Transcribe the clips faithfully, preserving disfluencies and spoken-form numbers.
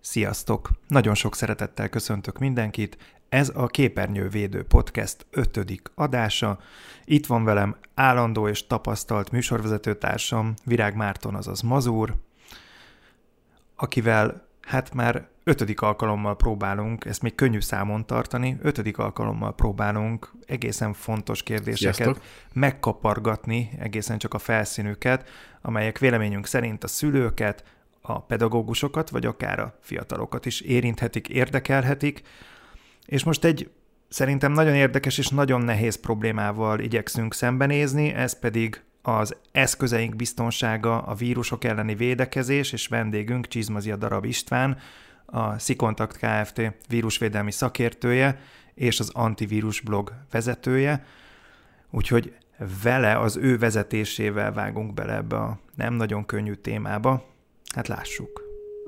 Sziasztok! Nagyon sok szeretettel köszöntök mindenkit. Ez a Képernyővédő Podcast ötödik adása. Itt van velem állandó és tapasztalt műsorvezetőtársam Virág Márton, azaz Mazur, akivel hát már ötödik alkalommal próbálunk, ezt még könnyű számon tartani, ötödik alkalommal próbálunk egészen fontos kérdéseket Sziasztok. megkapargatni, egészen csak a felszínüket, amelyek véleményünk szerint a szülőket, a pedagógusokat, vagy akár a fiatalokat is érinthetik, érdekelhetik. És most egy szerintem nagyon érdekes és nagyon nehéz problémával igyekszünk szembenézni, ez pedig az eszközeink biztonsága, a vírusok elleni védekezés, és vendégünk Csizmazia Darab István, a Szikontakt Kft. Vírusvédelmi szakértője és az Antivírus blog vezetője. Úgyhogy vele, az ő vezetésével vágunk bele ebbe a nem nagyon könnyű témába. Hát lássuk.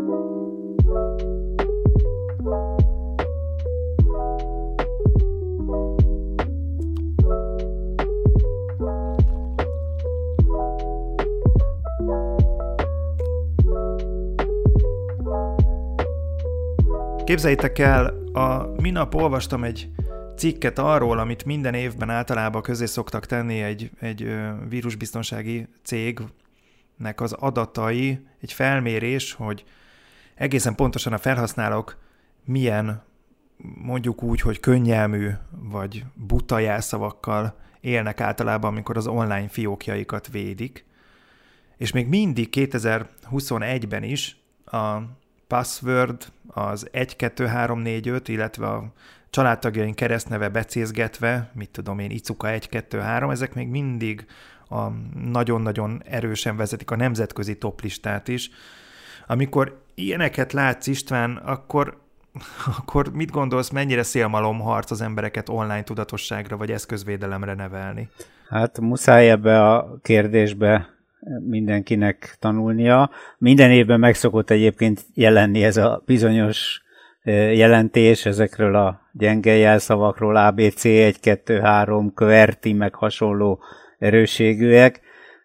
Képzeljétek el, a minap olvastam egy cikket arról, amit minden évben általában közé szoktak tenni egy, egy vírusbiztonsági cégnek az adatai, egy felmérés, hogy egészen pontosan a felhasználók milyen, mondjuk úgy, hogy könnyelmű vagy buta jelszavakkal élnek általában, amikor az online fiókjaikat védik. És még mindig kétezer-huszonegyben is a password, az egy kettő három négy öt, illetve a családtagjaink keresztneve becézgetve, mit tudom én, Icuka egy kettő három, ezek még mindig a nagyon-nagyon erősen vezetik a nemzetközi toplistát is. Amikor ilyeneket látsz, István, akkor, akkor mit gondolsz, mennyire szélmalomharc az embereket online tudatosságra vagy eszközvédelemre nevelni? Hát muszáj ebbe a kérdésbe mindenkinek tanulnia. Minden évben meg szokott egyébként jelenni ez a bizonyos jelentés ezekről a gyenge jelszavakról, á bé cé egy kettő három, QWERTY, meg hasonló erősségűek.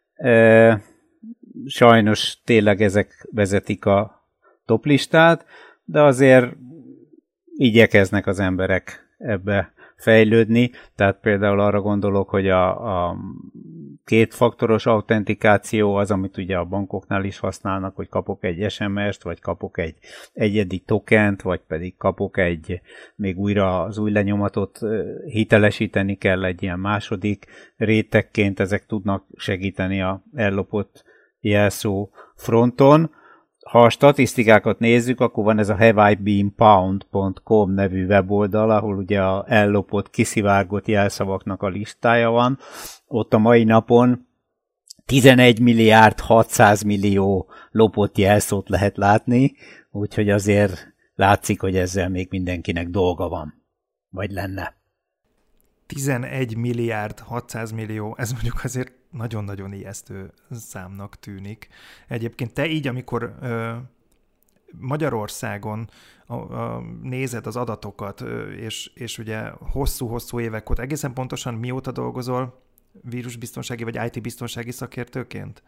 Sajnos tényleg ezek vezetik a toplistát, de azért igyekeznek az emberek ebbe fejlődni, tehát például arra gondolok, hogy a, a kétfaktoros autentikáció az, amit ugye a bankoknál is használnak, hogy kapok egy es em est, vagy kapok egy egyedi tokent, vagy pedig kapok egy, még újra az új lenyomatot hitelesíteni kell egy ilyen második rétegként, ezek tudnak segíteni a ellopott jelszó fronton. Ha a statisztikákat nézzük, akkor van ez a have I been pwned pont com nevű weboldal, ahol ugye a ellopott, kiszivárgott jelszavaknak a listája van. Ott a mai napon tizenegy milliárd hatszáz millió lopott jelszót lehet látni, úgyhogy azért látszik, hogy ezzel még mindenkinek dolga van, vagy lenne. tizenegy milliárd hatszáz millió, ez mondjuk azért nagyon-nagyon ijesztő számnak tűnik. Egyébként te így, amikor ö, Magyarországon a, a, nézed az adatokat, ö, és, és ugye hosszú-hosszú évek óta, egészen pontosan mióta dolgozol vírusbiztonsági vagy i té-biztonsági szakértőként?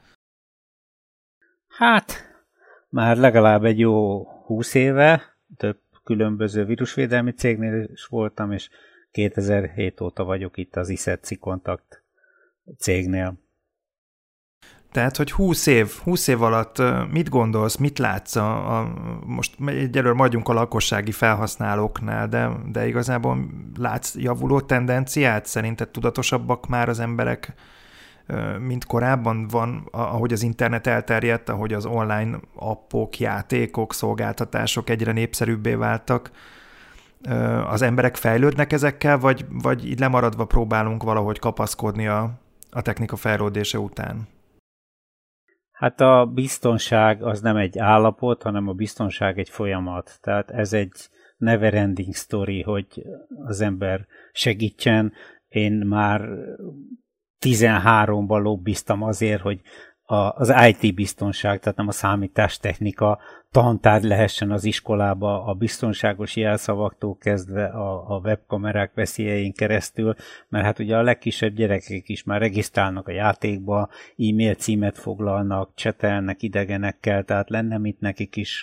Hát, már legalább egy jó húsz éve, több különböző vírusvédelmi cégnél is voltam, és kétezer-hét óta vagyok itt az iszet Szikontakt cégnél. Tehát, hogy húsz év, húsz év alatt mit gondolsz, mit látsz a, a most egyelőre maradjunk a lakossági felhasználóknál, de, de igazából látsz javuló tendenciát? Szerinted tudatosabbak már az emberek, mint korábban van, ahogy az internet elterjedt, ahogy az online appok, játékok, szolgáltatások egyre népszerűbbé váltak? Az emberek fejlődnek ezekkel, vagy, vagy így lemaradva próbálunk valahogy kapaszkodni a, a technika fejlődése után? Hát a biztonság az nem egy állapot, hanem a biztonság egy folyamat. Tehát ez egy never ending story, hogy az ember segítsen. Én már tizenháromban lobbiztam azért, hogy az i té-biztonság, tehát nem a számítástechnika tantárgy lehessen az iskolába a biztonságos jelszavaktól kezdve a, a webkamerák veszélyein keresztül, mert hát ugye a legkisebb gyerekek is már regisztrálnak a játékba, e-mail címet foglalnak, csetelnek idegenekkel, tehát lenne mit nekik is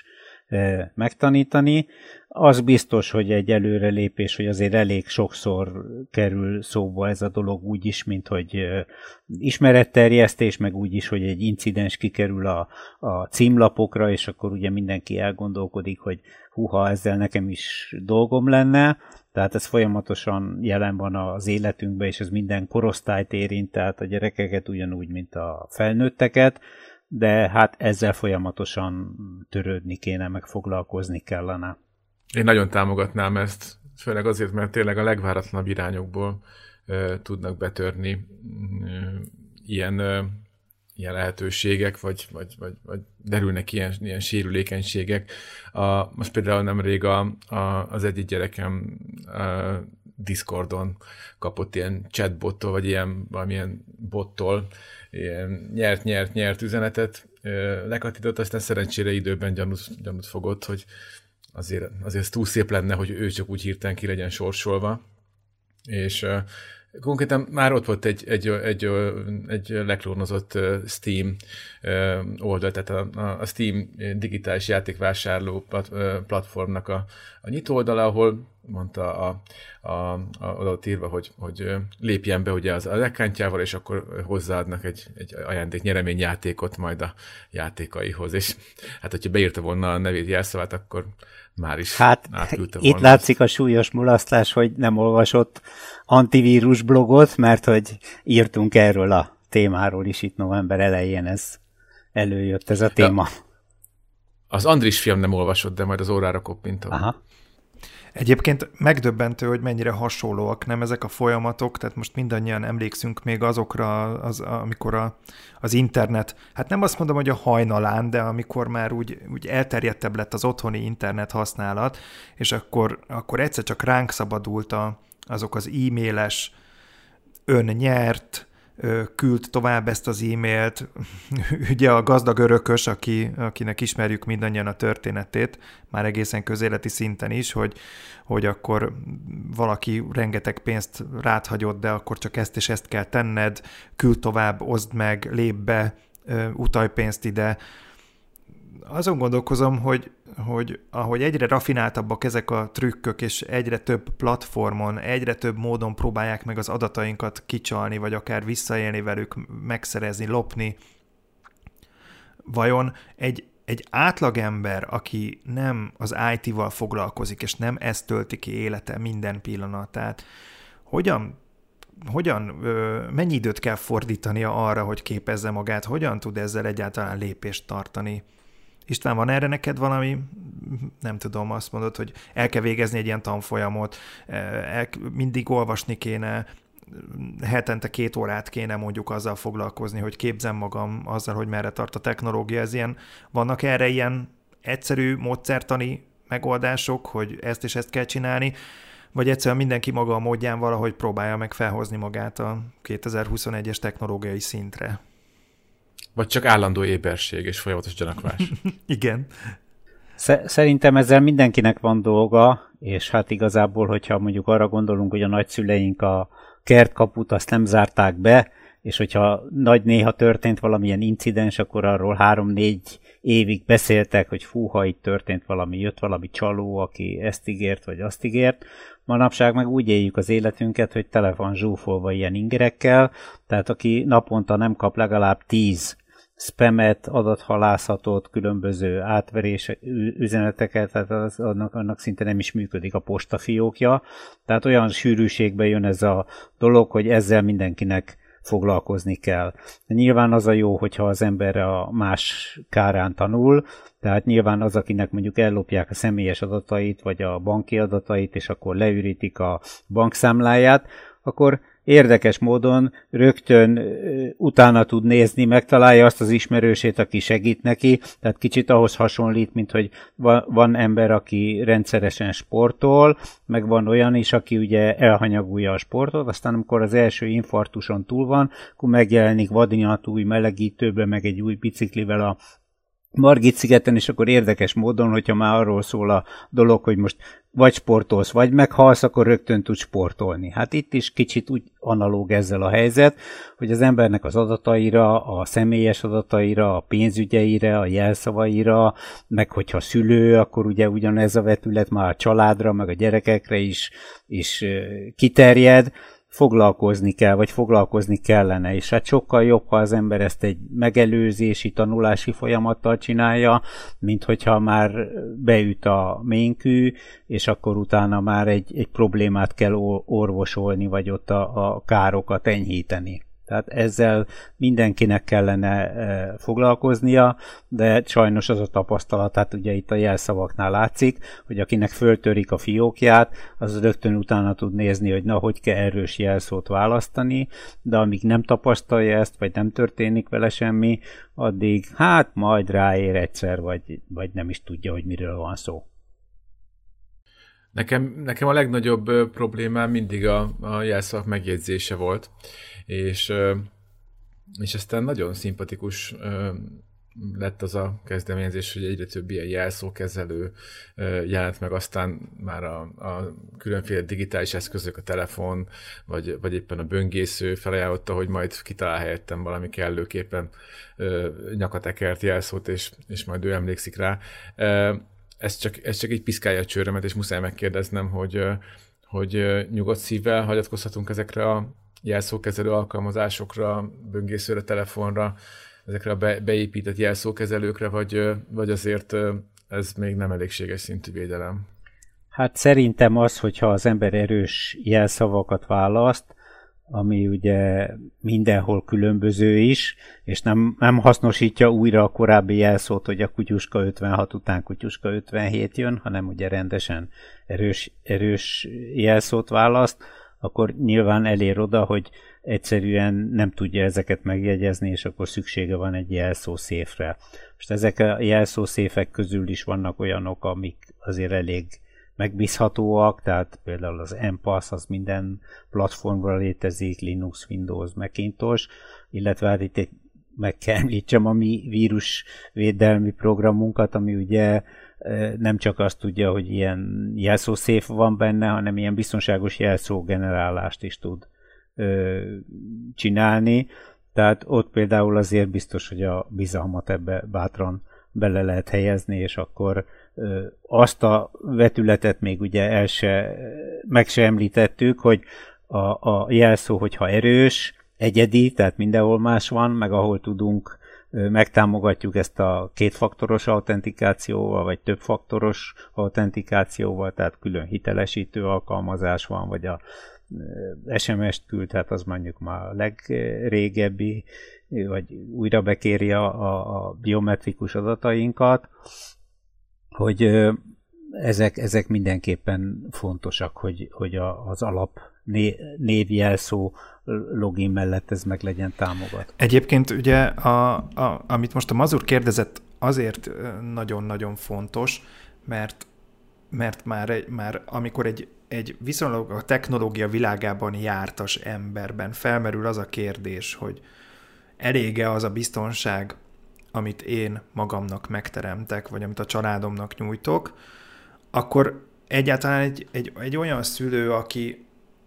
megtanítani. Az biztos, hogy egy előrelépés, hogy azért elég sokszor kerül szóba ez a dolog úgy is, mint hogy ismeretterjesztés, meg úgy is, hogy egy incidens kikerül a, a címlapokra, és akkor ugye mindenki elgondolkodik, hogy húha, ezzel nekem is dolgom lenne. Tehát ez folyamatosan jelen van az életünkben, és ez minden korosztályt érint, tehát a gyerekeket ugyanúgy, mint a felnőtteket, de hát ezzel folyamatosan törődni kéne, meg foglalkozni kellene. Én nagyon támogatnám ezt, főleg azért, mert tényleg a legváratlanabb irányokból ö, tudnak betörni ö, ilyen, ö, ilyen lehetőségek, vagy, vagy, vagy, vagy derülnek ilyen, ilyen sérülékenységek. A, most például nemrég a, a, az egyik gyerekem a Discordon kapott ilyen chatbottól, vagy ilyen valamilyen bottól ilyen nyert, nyert, nyert üzenetet, ö, lekatított, aztán szerencsére időben gyanút, gyanút fogott, hogy azért, azért ez túl szép lenne, hogy ő csak úgy hirtelen ki legyen sorsolva. És uh, konkrétan már ott volt egy, egy, egy, egy leklónozott uh, Steam uh, oldal, tehát a, a Steam digitális játékvásárló plat, uh, platformnak a, a nyitó oldala, ahol mondta a, a, a, oda ott írva, hogy, hogy lépjen be ugye az accountjával, és akkor hozzáadnak egy, egy ajándék nyereményjátékot majd a játékaihoz. És hát, hogyha beírta volna a nevét, jelszavát, akkor már is hát átküldte volna. Itt látszik a súlyos mulasztás, hogy nem olvasott antivírus blogot, mert hogy írtunk erről a témáról is itt november elején, ez előjött ez a téma. Ja, az Andris film nem olvasott, de majd az órára koppintom. Aha. Egyébként megdöbbentő, hogy mennyire hasonlóak nem ezek a folyamatok, tehát most mindannyian emlékszünk még azokra, az, amikor a, az internet, hát nem azt mondom, hogy a hajnalán, de amikor már úgy, úgy elterjedtebb lett az otthoni internet használat, és akkor, akkor egyszer csak ránk szabadult a, azok az e-mailes, ön nyert, küld tovább ezt az e-mailt. Ugye a gazdag örökös, aki, akinek ismerjük mindannyian a történetét, már egészen közéleti szinten is, hogy, hogy akkor valaki rengeteg pénzt rád hagyott, de akkor csak ezt és ezt kell tenned, küld tovább, oszd meg, lép be, utalj pénzt ide. Azon gondolkozom, hogy, hogy ahogy egyre rafináltabbak ezek a trükkök, és egyre több platformon, egyre több módon próbálják meg az adatainkat kicsalni, vagy akár visszaélni velük, megszerezni, lopni, vajon egy, egy átlagember, aki nem az í té-val foglalkozik, és nem ezt tölti ki élete minden pillanatát, hogyan hogyan, mennyi időt kell fordítania arra, hogy képezze magát, hogyan tud ezzel egyáltalán lépést tartani? István, van erre neked valami, nem tudom, azt mondod, hogy el kell végezni egy ilyen tanfolyamot, el, mindig olvasni kéne, hetente két órát kéne mondjuk azzal foglalkozni, hogy képzem magam azzal, hogy merre tart a technológia, ez ilyen, vannak erre ilyen egyszerű módszertani megoldások, hogy ezt és ezt kell csinálni, vagy egyszerűen mindenki maga a módján valahogy próbálja meg felhozni magát a kétezer-huszonegyes technológiai szintre. Vagy csak állandó éberség és folyamatos gyanakvás. Igen. Szerintem ezzel mindenkinek van dolga, és hát igazából, hogyha mondjuk arra gondolunk, hogy a nagyszüleink a kertkaput azt nem zárták be, és hogyha nagy néha történt valamilyen incidens, akkor arról három-négy évig beszéltek, hogy fú, ha itt történt valami, jött valami csaló, aki ezt ígért, vagy azt ígért. Manapság meg úgy éljük az életünket, hogy tele van zsúfolva ilyen ingerekkel, tehát aki naponta nem kap legalább tíz spamet, adathalászatot, különböző átverés üzeneteket, tehát az, annak, annak szinte nem is működik a postafiókja. Tehát olyan sűrűségben jön ez a dolog, hogy ezzel mindenkinek foglalkozni kell. De nyilván az a jó, hogyha az ember a más kárán tanul, tehát nyilván az, akinek mondjuk ellopják a személyes adatait, vagy a banki adatait, és akkor leürítik a bankszámláját, akkor érdekes módon rögtön utána tud nézni, megtalálja azt az ismerősét, aki segít neki, tehát kicsit ahhoz hasonlít, mint hogy van ember, aki rendszeresen sportol, meg van olyan is, aki ugye elhanyagolja a sportot, aztán amikor az első infarktuson túl van, akkor megjelenik vadonatúj melegítőben, meg egy új biciklivel a Margit-szigeten, és akkor érdekes módon, hogyha már arról szól a dolog, hogy most vagy sportolsz, vagy meghalsz, akkor rögtön tudsz sportolni. Hát itt is kicsit úgy analóg ezzel a helyzet, hogy az embernek az adataira, a személyes adataira, a pénzügyeire, a jelszavaira, meg hogyha szülő, akkor ugye ugyanez a vetület már a családra, meg a gyerekekre is, is kiterjed, foglalkozni kell, vagy foglalkozni kellene, és hát sokkal jobb, ha az ember ezt egy megelőzési, tanulási folyamattal csinálja, mint hogyha már beüt a ménkű, és akkor utána már egy, egy problémát kell orvosolni, vagy ott a, a károkat enyhíteni. Tehát ezzel mindenkinek kellene foglalkoznia, de sajnos az a tapasztalat, hát ugye itt a jelszavaknál látszik, hogy akinek föltörik a fiókját, az rögtön utána tud nézni, hogy na, hogy kell erős jelszót választani, de amíg nem tapasztalja ezt, vagy nem történik vele semmi, addig hát majd ráér egyszer, vagy, vagy nem is tudja, hogy miről van szó. Nekem, nekem a legnagyobb ö, problémám mindig a, a jelszavak megjegyzése volt, és, ö, és aztán nagyon szimpatikus ö, lett az a kezdeményezés, hogy egyre több ilyen jelszókezelő ö, jelent meg, aztán már a, a különféle digitális eszközök, a telefon, vagy, vagy éppen a böngésző felajánlotta, hogy majd kitalál helyettem valami kellőképpen ö, nyakatekert jelszót, és, és majd ő emlékszik rá. Ö, Ez csak, ez csak egy piszkálja a csőrömet, és muszáj megkérdeznem, hogy, hogy nyugodt szívvel hagyatkozhatunk ezekre a jelszókezelő alkalmazásokra, böngészőre, telefonra, ezekre a be, beépített jelszókezelőkre, vagy, vagy azért ez még nem elégséges szintű védelem? Hát szerintem az, hogyha az ember erős jelszavakat választ, ami ugye mindenhol különböző is, és nem, nem hasznosítja újra a korábbi jelszót, hogy a kutyuska ötvenhat után kutyuska ötvenhét jön, hanem ugye rendesen erős, erős jelszót választ, akkor nyilván elér oda, hogy egyszerűen nem tudja ezeket megjegyezni, és akkor szüksége van egy jelszószéfre. Most ezek a jelszószéfek közül is vannak olyanok, amik azért elég megbízhatóak, tehát például az em pass az minden platformra létezik, Linux, Windows, Macintosh, illetve hát itt meg kell említsem a mi vírusvédelmi programunkat, ami ugye nem csak azt tudja, hogy ilyen jelszószéf van benne, hanem ilyen biztonságos jelszógenerálást is tud ö, csinálni, tehát ott például azért biztos, hogy a bizalmat ebbe bátran bele lehet helyezni, és akkor ö, azt a vetületet még ugye el se, meg se említettük, hogy a, a jelszó, hogyha erős, egyedi, tehát mindenhol más van, meg ahol tudunk, ö, megtámogatjuk ezt a kétfaktoros autentikációval, vagy többfaktoros autentikációval, tehát külön hitelesítő alkalmazás van, vagy a es em es-t küld, hát az mondjuk már a legrégebbi, vagy újra bekéri a, a biometrikus adatainkat, hogy ö, ezek, ezek mindenképpen fontosak, hogy, hogy a, az alap né, névjelszó login mellett ez meg legyen támogatva. Egyébként ugye, a, a, amit most a Mazur kérdezett, azért nagyon-nagyon fontos, mert, mert már, már amikor egy, egy viszonylag a technológia világában jártas emberben felmerül az a kérdés, hogy elég-e az a biztonság, amit én magamnak megteremtek, vagy amit a családomnak nyújtok, akkor egyáltalán egy, egy, egy olyan szülő, aki,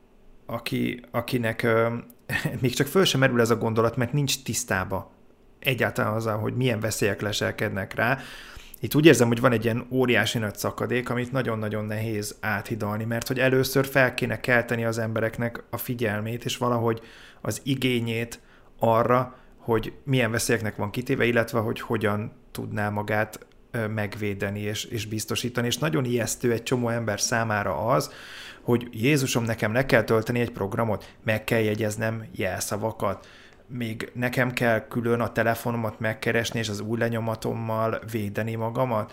aki, akinek euh, még csak föl sem merül ez a gondolat, mert nincs tisztába egyáltalán azzal, hogy milyen veszélyek leselkednek rá. Itt úgy érzem, hogy van egy ilyen óriási nagy szakadék, amit nagyon-nagyon nehéz áthidalni, mert hogy először fel kéne kelteni az embereknek a figyelmét, és valahogy az igényét arra, hogy milyen veszélyeknek van kitéve, illetve hogy hogyan tudná magát megvédeni és, és biztosítani. És nagyon ijesztő egy csomó ember számára az, hogy Jézusom, nekem le kell tölteni egy programot, meg kell jegyeznem jelszavakat, még nekem kell külön a telefonomat megkeresni, és az új lenyomatommal védeni magamat.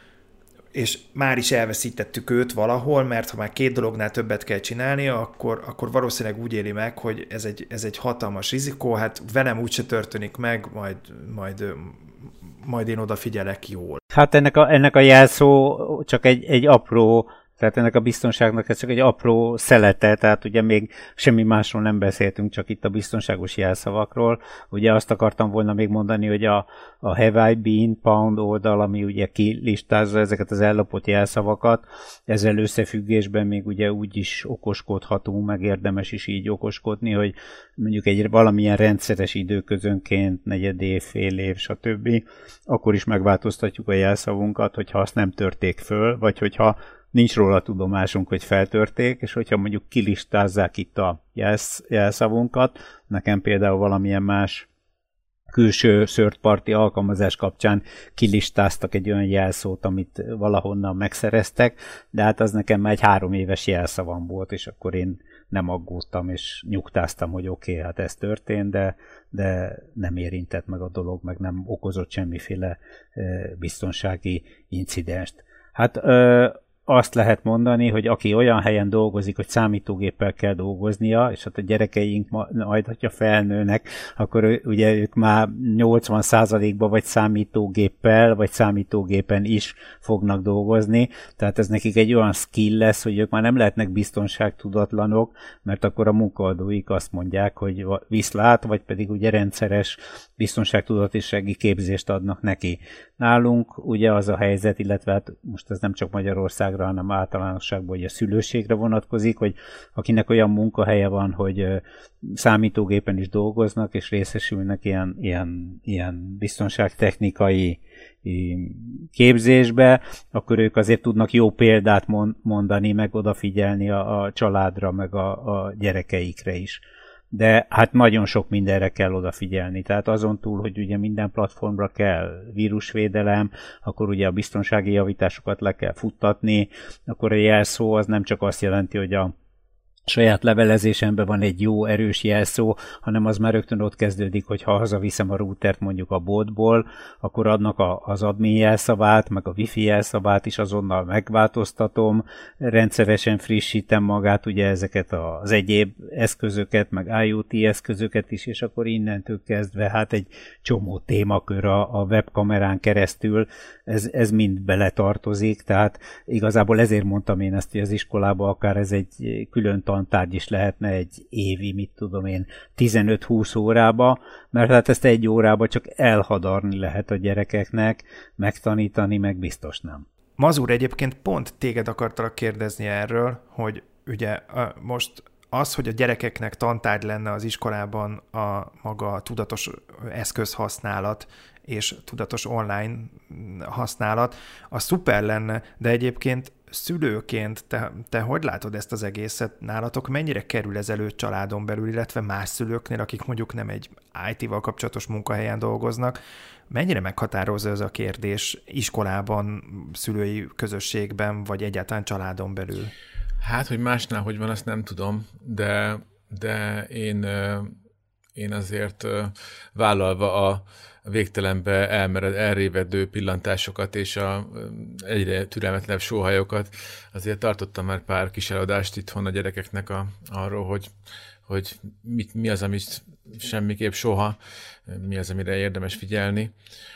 És már is elveszítettük őt valahol, mert ha már két dolognál többet kell csinálni, akkor, akkor valószínűleg úgy éli meg, hogy ez egy, ez egy hatalmas rizikó, hát velem úgyse történik meg, majd, majd, majd én odafigyelek jól. Hát ennek a, ennek a jelszó csak egy, egy apró Tehát ennek a biztonságnak ez csak egy apró szelete, tehát ugye még semmi másról nem beszéltünk, csak itt a biztonságos jelszavakról. Ugye azt akartam volna még mondani, hogy a, a Have I Been Pound oldal, ami ugye kilistázza ezeket az ellopott jelszavakat, ezzel összefüggésben még ugye úgy is okoskodhatunk, meg érdemes is így okoskodni, hogy mondjuk egy valamilyen rendszeres időközönként, negyed év, fél év, stb. Akkor is megváltoztatjuk a jelszavunkat, hogyha azt nem törték föl, vagy hogyha nincs róla tudomásunk, hogy feltörték, és hogyha mondjuk kilistázzák itt a jelsz, jelszavunkat, nekem például valamilyen más külső third party alkalmazás kapcsán kilistáztak egy olyan jelszót, amit valahonnan megszereztek, de hát az nekem már egy három éves jelszavam volt, és akkor én nem aggódtam, és nyugtáztam, hogy oké, okay, hát ez történt, de, de nem érintett meg a dolog, meg nem okozott semmiféle biztonsági incidenst. Hát azt lehet mondani, hogy aki olyan helyen dolgozik, hogy számítógéppel kell dolgoznia, és hát a gyerekeink majd, hogyha felnőnek, akkor ugye ők már nyolcvan százalékban vagy számítógéppel, vagy számítógépen is fognak dolgozni, tehát ez nekik egy olyan skill lesz, hogy ők már nem lehetnek biztonságtudatlanok, mert akkor a munkaadóik azt mondják, hogy viszlát, vagy pedig ugye rendszeres biztonságtudatisági képzést adnak neki. Nálunk ugye az a helyzet, illetve hát most ez nem csak Magyarországra, hanem általánosságban, hogy a szülőségre vonatkozik, hogy akinek olyan munkahelye van, hogy számítógépen is dolgoznak, és részesülnek ilyen, ilyen, ilyen biztonságtechnikai képzésbe, akkor ők azért tudnak jó példát mondani, meg odafigyelni a, a családra, meg a, a gyerekeikre is. De hát nagyon sok mindenre kell odafigyelni. Tehát azon túl, hogy ugye minden platformra kell vírusvédelem, akkor ugye a biztonsági javításokat le kell futtatni, akkor a jelszó az nem csak azt jelenti, hogy a saját levelezésemben van egy jó, erős jelszó, hanem az már rögtön ott kezdődik, hogy ha hazaviszem a routert mondjuk a boltból, akkor adnak a, az admin jelszavát, meg a wifi jelszavát is azonnal megváltoztatom, rendszeresen frissítem magát, ugye ezeket az egyéb eszközöket, meg IoT eszközöket is, és akkor innentől kezdve hát egy csomó témakör a, a webkamerán keresztül, ez, ez mind beletartozik, tehát igazából ezért mondtam én ezt, hogy az iskolában akár ez egy külön tantárgy is lehetne egy évi, mit tudom én, tizenöt-húsz órába, mert hát ezt egy órába csak elhadarni lehet a gyerekeknek, megtanítani, meg biztos nem. Mazur, egyébként pont téged akartalak kérdezni erről, hogy ugye most az, hogy a gyerekeknek tantárgy lenne az iskolában a maga tudatos eszközhasználat és tudatos online használat, az szuper lenne, de egyébként szülőként te, te hogy látod ezt az egészet? Nálatok mennyire kerül ez elő családon belül, illetve más szülőknél, akik mondjuk nem egy í té-val kapcsolatos munkahelyen dolgoznak, mennyire meghatározó ez a kérdés iskolában, szülői közösségben, vagy egyáltalán családon belül? Hát, hogy másnál hogy van, azt nem tudom, de, de én, én azért vállalva a végtelenbe elmered, elrévedő pillantásokat és a egyre türelmetlenebb sóhajokat, azért tartottam már pár kis eladást itthon a gyerekeknek a, arról, hogy, hogy mit, mi az, amit semmiképp soha, mi az, amire érdemes figyelni.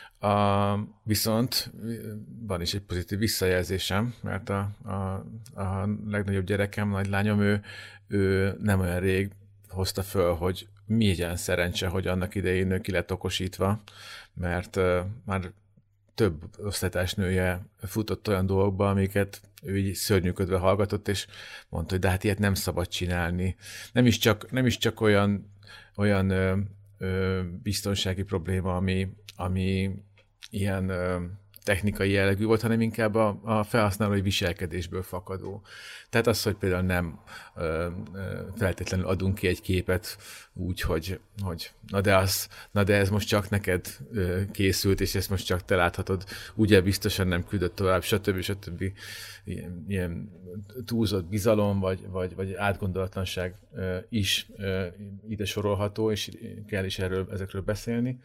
A, viszont van is egy pozitív visszajelzésem, mert a, a, a legnagyobb gyerekem, nagylányom, ő, ő nem olyan rég hozta föl, hogy milyen szerencse, hogy annak idején ő ki lett okosítva, mert uh, már több osztálytársnője futott olyan dolgokba, amiket ő így szörnyűködve hallgatott, és mondta, hogy de hát ilyet nem szabad csinálni. Nem is csak, nem is csak olyan, olyan ö, ö, biztonsági probléma, ami, ami ilyen ö, technikai jellegű volt, hanem inkább a, a felhasználói viselkedésből fakadó. Tehát az, hogy például nem ö, ö, feltétlenül adunk ki egy képet úgy, hogy, hogy na, de az, na de ez most csak neked ö, készült, és ezt most csak te láthatod, ugye biztosan nem küldött tovább, stb. stb. Ilyen, ilyen túlzott bizalom, vagy, vagy, vagy átgondolatlanság ö, is ö, ide sorolható, és kell is erről, ezekről beszélni.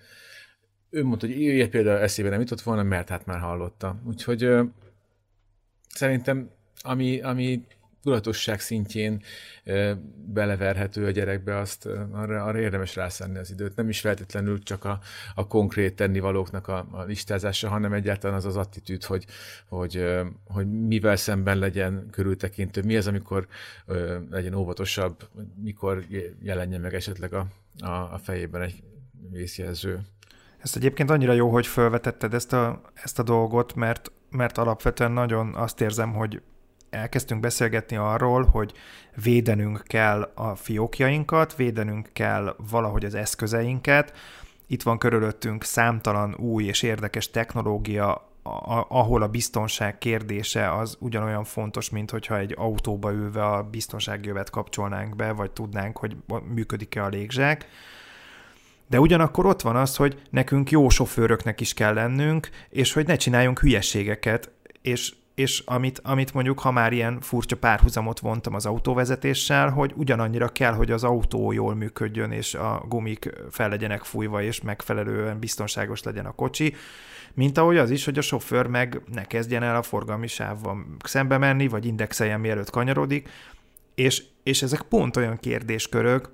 Ő mondta, hogy ilyet például eszébe nem jutott volna, mert hát már hallotta. Úgyhogy ö, szerintem, ami, ami tudatosság szintjén beleverhető a gyerekbe, azt arra, arra érdemes rászánni az időt. Nem is feltétlenül csak a, a konkrét tennivalóknak a, a listázása, hanem egyáltalán az az attitűd, hogy, hogy, hogy mivel szemben legyen körültekintő, mi az, amikor legyen óvatosabb, mikor jelenjen meg esetleg a, a, a fejében egy vészjelző. Ezt egyébként annyira jó, hogy felvetetted ezt a, ezt a dolgot, mert, mert alapvetően nagyon azt érzem, hogy elkezdtünk beszélgetni arról, hogy védenünk kell a fiókjainkat, védenünk kell valahogy az eszközeinket. Itt van körülöttünk számtalan új és érdekes technológia, ahol a biztonság kérdése az ugyanolyan fontos, mint hogyha egy autóba ülve a biztonságjövet kapcsolnánk be, vagy tudnánk, hogy működik-e a légzsák. De ugyanakkor ott van az, hogy nekünk jó sofőröknek is kell lennünk, és hogy ne csináljunk hülyeségeket, és és amit, amit mondjuk, ha már ilyen furcsa párhuzamot vontam az autóvezetéssel, hogy ugyanannyira kell, hogy az autó jól működjön, és a gumik fel legyenek fújva, és megfelelően biztonságos legyen a kocsi, mint ahogy az is, hogy a sofőr meg ne kezdjen el a forgalmi sávval szembe menni, vagy indexeljen, mielőtt kanyarodik, és, és ezek pont olyan kérdéskörök,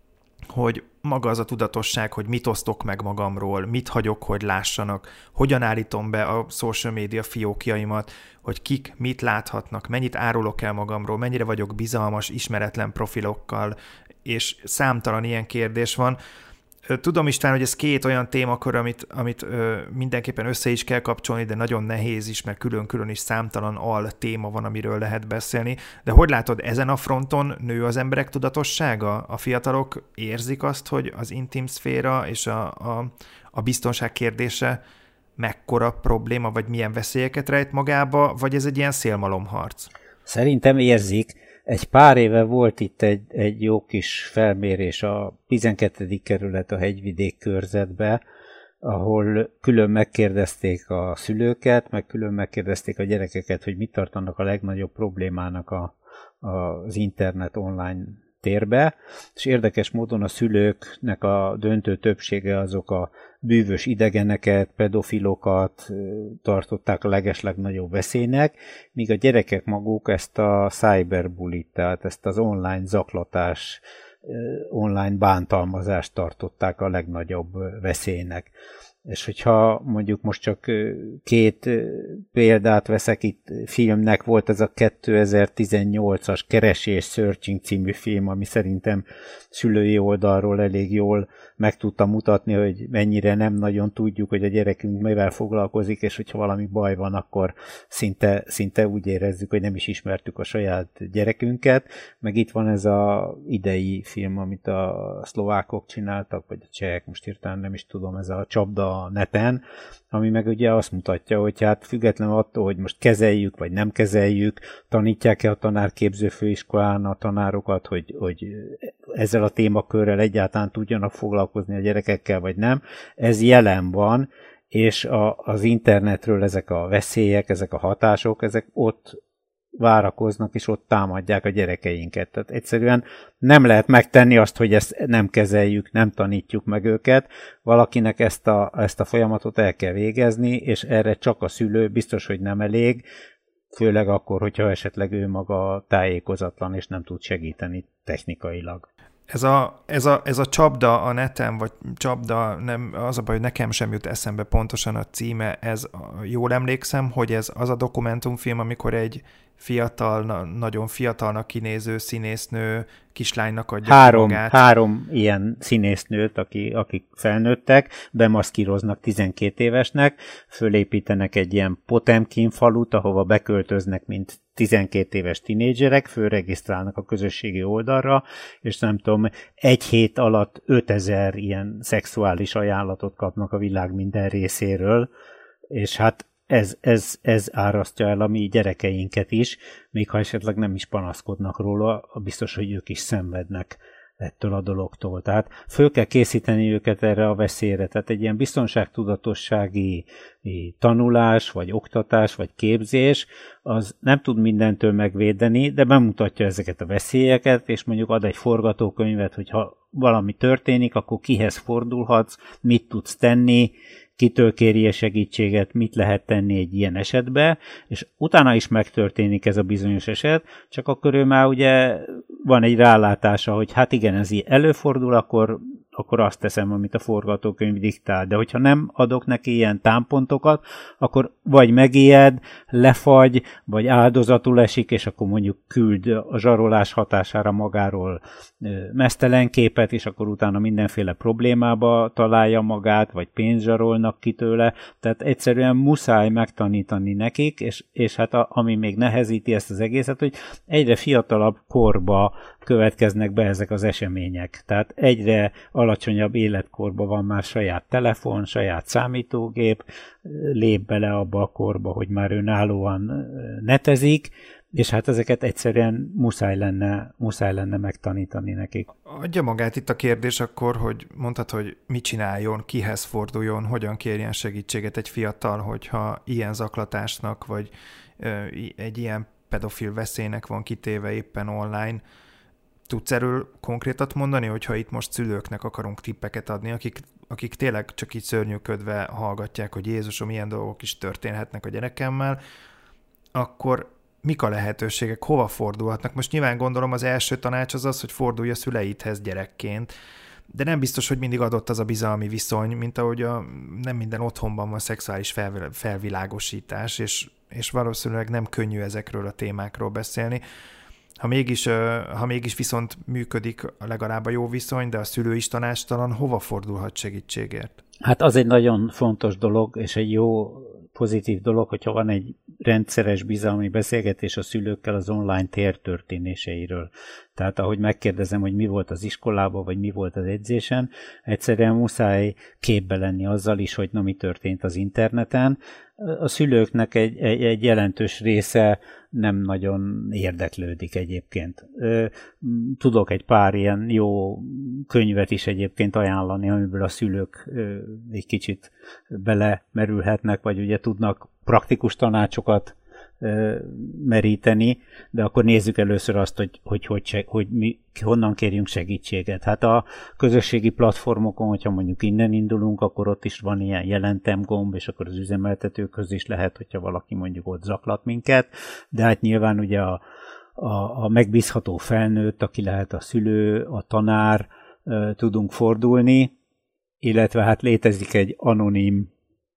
hogy maga az a tudatosság, hogy mit osztok meg magamról, mit hagyok, hogy lássanak, hogyan állítom be a social media fiókjaimat, hogy kik mit láthatnak, mennyit árulok el magamról, mennyire vagyok bizalmas, ismeretlen profilokkal, és számtalan ilyen kérdés van. Tudom, István, hogy ez két olyan témakör, amit, amit ö, mindenképpen össze is kell kapcsolni, de nagyon nehéz is, mert külön-külön is számtalan al téma van, amiről lehet beszélni. De hogy látod, ezen a fronton nő az emberek tudatossága? A fiatalok érzik azt, hogy az intim szféra és a, a, a biztonság kérdése mekkora probléma, vagy milyen veszélyeket rejt magába, vagy ez egy ilyen szélmalomharc? Szerintem érzik. Egy pár éve volt itt egy, egy jó kis felmérés a tizenkettedik kerület a Hegyvidék körzetbe, ahol külön megkérdezték a szülőket, meg külön megkérdezték a gyerekeket, hogy mit tartanak a legnagyobb problémának a, a, az internet online térbe, és érdekes módon a szülőknek a döntő többsége azok a bűvös idegeneket, pedofilokat tartották a legeslegnagyobb veszélynek, míg a gyerekek maguk ezt a cyberbullyt, tehát ezt az online zaklatás, online bántalmazást tartották a legnagyobb veszélynek. És hogyha mondjuk most csak két példát veszek, itt filmnek volt ez a kétezer-tizennyolcas Keresés Searching című film, ami szerintem szülői oldalról elég jól meg tudta mutatni, hogy mennyire nem nagyon tudjuk, hogy a gyerekünk mivel foglalkozik, és hogyha valami baj van, akkor szinte, szinte úgy érezzük, hogy nem is ismertük a saját gyerekünket. Meg itt van ez az idei film, amit a szlovákok csináltak, vagy a csehek, most hirtelen nem is tudom, ez a Csapda a neten, ami meg ugye azt mutatja, hogy hát függetlenül attól, hogy most kezeljük, vagy nem kezeljük, tanítják-e a tanárképző főiskolán a tanárokat, hogy, hogy ezzel a témakörrel egyáltalán tudjanak foglalkozni a gyerekekkel, vagy nem. Ez jelen van, és a, az internetről ezek a veszélyek, ezek a hatások, ezek ott várakoznak, és ott támadják a gyerekeinket. Tehát egyszerűen nem lehet megtenni azt, hogy ezt nem kezeljük, nem tanítjuk meg őket. Valakinek ezt a, ezt a folyamatot el kell végezni, és erre csak a szülő biztos, hogy nem elég, főleg akkor, hogyha esetleg ő maga tájékozatlan, és nem tud segíteni technikailag. Ez a, ez, a, ez a csapda a neten, vagy csapda, nem, az a baj, hogy nekem sem jut eszembe pontosan a címe, ez jól emlékszem, hogy ez az a dokumentumfilm, amikor egy fiatal, na, nagyon fiatalnak kinéző színésznő kislánynak adja három, magát. Három ilyen színésznőt, aki, akik felnőttek, bemaszkíroznak tizenkét évesnek, fölépítenek egy ilyen Potemkin falut, ahova beköltöznek, mint tizenkét éves tinédzserek, fölregisztrálnak a közösségi oldalra, és nem tudom, egy hét alatt ötezer ilyen szexuális ajánlatot kapnak a világ minden részéről, és hát ez, ez, ez árasztja el a mi gyerekeinket is, még ha esetleg nem is panaszkodnak róla, biztos, hogy ők is szenvednek ettől a dologtól. Tehát föl kell készíteni őket erre a veszélyre. Tehát egy ilyen biztonságtudatossági tanulás, vagy oktatás, vagy képzés, az nem tud mindentől megvédeni, de bemutatja ezeket a veszélyeket, és mondjuk ad egy forgatókönyvet, hogy ha valami történik, akkor kihez fordulhatsz, mit tudsz tenni, kitől kéri a segítséget, mit lehet tenni egy ilyen esetbe, és utána is megtörténik ez a bizonyos eset, csak akkor ő már ugye van egy rálátása, hogy hát igen, ez így előfordul, akkor, akkor azt teszem, amit a forgatókönyv diktál. De hogyha nem adok neki ilyen támpontokat, akkor vagy megijed, lefagy, vagy áldozatul esik, és akkor mondjuk küld a zsarolás hatására magáról meztelen képet, és akkor utána mindenféle problémába találja magát, vagy pénzt zsarolnak ki tőle. Tehát egyszerűen muszáj megtanítani nekik, és, és hát a, ami még nehezíti ezt az egészet, hogy egyre fiatalabb korba következnek be ezek az események. Tehát egyre alacsonyabb életkorban van már saját telefon, saját számítógép, lép bele abba a korba, hogy már önállóan netezik, és hát ezeket egyszerűen muszáj lenne, muszáj lenne megtanítani nekik. Adja magát itt a kérdés akkor, hogy mondtad, hogy mit csináljon, kihez forduljon, hogyan kérjen segítséget egy fiatal, hogyha ilyen zaklatásnak, vagy ö, egy ilyen pedofil veszélynek van kitéve éppen online. Tudsz erről konkrétat mondani, hogyha itt most szülőknek akarunk tippeket adni, akik, akik tényleg csak így szörnyűködve hallgatják, hogy Jézusom, ilyen dolgok is történhetnek a gyerekemmel, akkor mik a lehetőségek, hova fordulhatnak? Most nyilván gondolom az első tanács az az, hogy fordulj a szüleidhez gyerekként, de nem biztos, hogy mindig adott az a bizalmi viszony, mint ahogy a, nem minden otthonban van szexuális fel, felvilágosítás, és, és valószínűleg nem könnyű ezekről a témákról beszélni. Ha mégis, ha mégis viszont működik legalább a jó viszony, de a szülő is tanácstalan, hova fordulhat segítségért? Hát az egy nagyon fontos dolog, és egy jó pozitív dolog, hogyha van egy rendszeres bizalmi beszélgetés a szülőkkel az online tér történéseiről. Tehát ahogy megkérdezem, hogy mi volt az iskolában, vagy mi volt az edzésen, egyszerűen muszáj képbe lenni azzal is, hogy na mi történt az interneten. A szülőknek egy, egy, egy jelentős része nem nagyon érdeklődik egyébként. Tudok egy pár ilyen jó könyvet is egyébként ajánlani, amiből a szülők egy kicsit belemerülhetnek, vagy ugye tudnak praktikus tanácsokat meríteni, de akkor nézzük először azt, hogy, hogy, hogy, hogy mi honnan kérjünk segítséget. Hát a közösségi platformokon, hogyha mondjuk innen indulunk, akkor ott is van ilyen jelentem gomb, és akkor az üzemeltetőkhöz is lehet, hogyha valaki mondjuk ott zaklat minket, de hát nyilván ugye a, a, a megbízható felnőtt, aki lehet a szülő, a tanár, tudunk fordulni, illetve hát létezik egy anonim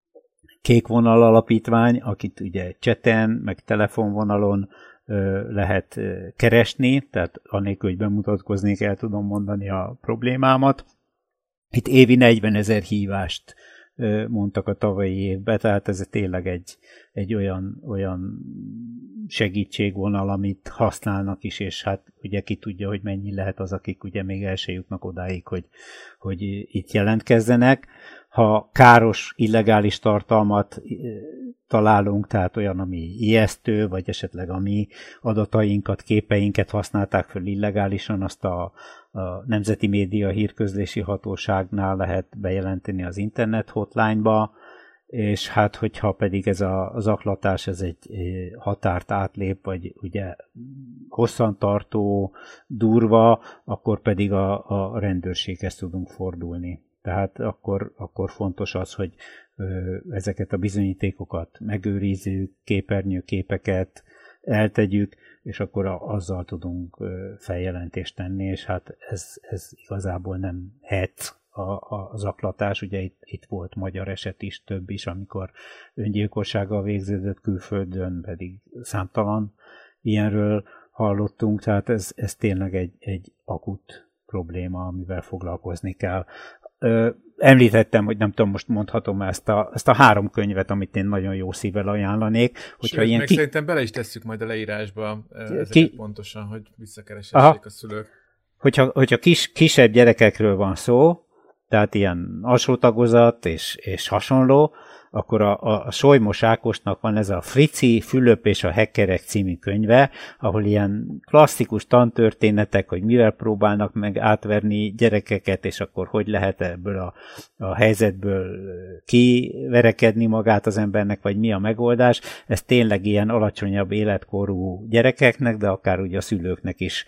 kékvonal alapítvány, akit ugye cseten, meg telefonvonalon ö, lehet ö, keresni, tehát anélkül, hogy bemutatkoznék, el tudom mondani a problémámat. Itt évi negyvenezer hívást ö, mondtak a tavalyi évben, tehát ez tényleg egy, egy olyan, olyan segítségvonal, amit használnak is, és hát ugye ki tudja, hogy mennyi lehet az, akik ugye még el se jutnak odáig, hogy, hogy itt jelentkezzenek. Ha káros, illegális tartalmat találunk, tehát olyan, ami ijesztő, vagy esetleg a mi adatainkat, képeinket használták föl illegálisan, azt a, a Nemzeti Média Hírközlési Hatóságnál lehet bejelenteni az internet hotline-ba, és hát hogyha pedig ez a zaklatás, ez egy határt átlép, vagy ugye hosszantartó, durva, akkor pedig a, a rendőrséghez tudunk fordulni. Tehát akkor, akkor fontos az, hogy ö, ezeket a bizonyítékokat megőrizzük, képernyőképeket eltegyük, és akkor a, azzal tudunk ö, feljelentést tenni, és hát ez, ez igazából nem hetsz a, a zaklatás. Ugye itt, itt volt magyar eset is, több is, amikor öngyilkossággal végződött külföldön, pedig számtalan ilyenről hallottunk, tehát ez, ez tényleg egy, egy akut probléma, amivel foglalkozni kell. Ö, említettem, hogy nem tudom, most mondhatom ezt a, ezt a három könyvet, amit én nagyon jó szívvel ajánlanék. Sőt, ilyen meg ki... szerintem bele is tesszük majd a leírásba ezeket ki... pontosan, hogy visszakeresessék a szülők. Hogyha, hogyha kis, kisebb gyerekekről van szó, tehát ilyen alsótagozat és, és hasonló, akkor a, a, a Solymos Ákosnak van ez a Frici, Fülöp és a Hackerek című könyve, ahol ilyen klasszikus tantörténetek, hogy mivel próbálnak meg átverni gyerekeket, és akkor hogy lehet ebből a, a helyzetből kiverekedni magát az embernek, vagy mi a megoldás. Ez tényleg ilyen alacsonyabb életkorú gyerekeknek, de akár ugye a szülőknek is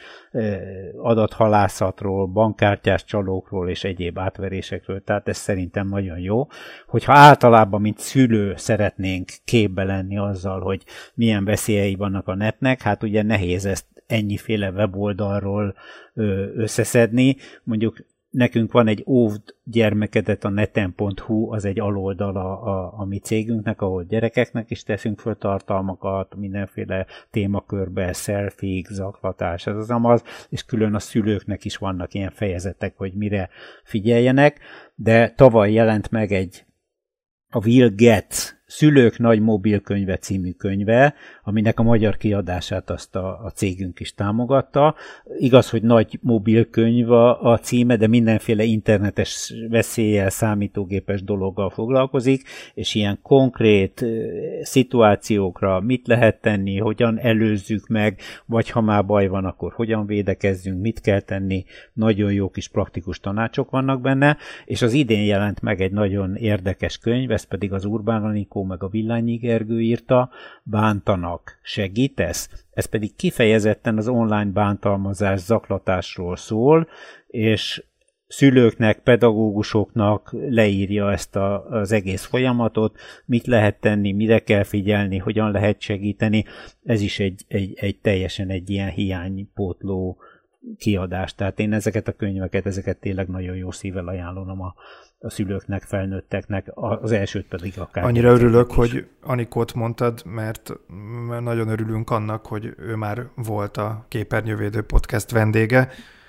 adathalászatról, bankkártyás csalókról és egyéb átverésekről, tehát ez szerintem nagyon jó. Hogyha általában, mint szülő szeretnénk képbe lenni azzal, hogy milyen veszélyei vannak a netnek, hát ugye nehéz ezt ennyiféle weboldalról összeszedni. Mondjuk nekünk van egy óvd gyermekedet a neten pont hu, az egy aloldal a, a, a mi cégünknek, ahol gyerekeknek is teszünk föl tartalmakat, mindenféle témakörbe, selfie, zaklatás, ez az amaz, és külön a szülőknek is vannak ilyen fejezetek, hogy mire figyeljenek, de tavaly jelent meg egy a Will Get Szülők nagy mobilkönyve című könyve, aminek a magyar kiadását azt a, a cégünk is támogatta. Igaz, hogy nagy mobilkönyv a, a címe, de mindenféle internetes veszéllyel, számítógépes dologgal foglalkozik, és ilyen konkrét szituációkra mit lehet tenni, hogyan előzzük meg, vagy ha már baj van, akkor hogyan védekezzünk, mit kell tenni, nagyon jó kis praktikus tanácsok vannak benne, és az idén jelent meg egy nagyon érdekes könyv, ez pedig az Urbán Anikó meg a Villányi Gergő írta, Bántanak, segítesz? Ez pedig kifejezetten az online bántalmazás, zaklatásról szól, és szülőknek, pedagógusoknak leírja ezt a, az egész folyamatot, mit lehet tenni, mire kell figyelni, hogyan lehet segíteni. Ez is egy, egy, egy teljesen egy ilyen hiánypótló kiadás. Tehát én ezeket a könyveket, ezeket tényleg nagyon jó szívvel ajánlom a a szülőknek, felnőtteknek, az elsőt pedig akár. Annyira örülök, is. Hogy Anikót mondtad, mert nagyon örülünk annak, hogy ő már volt a Képernyővédő podcast vendége.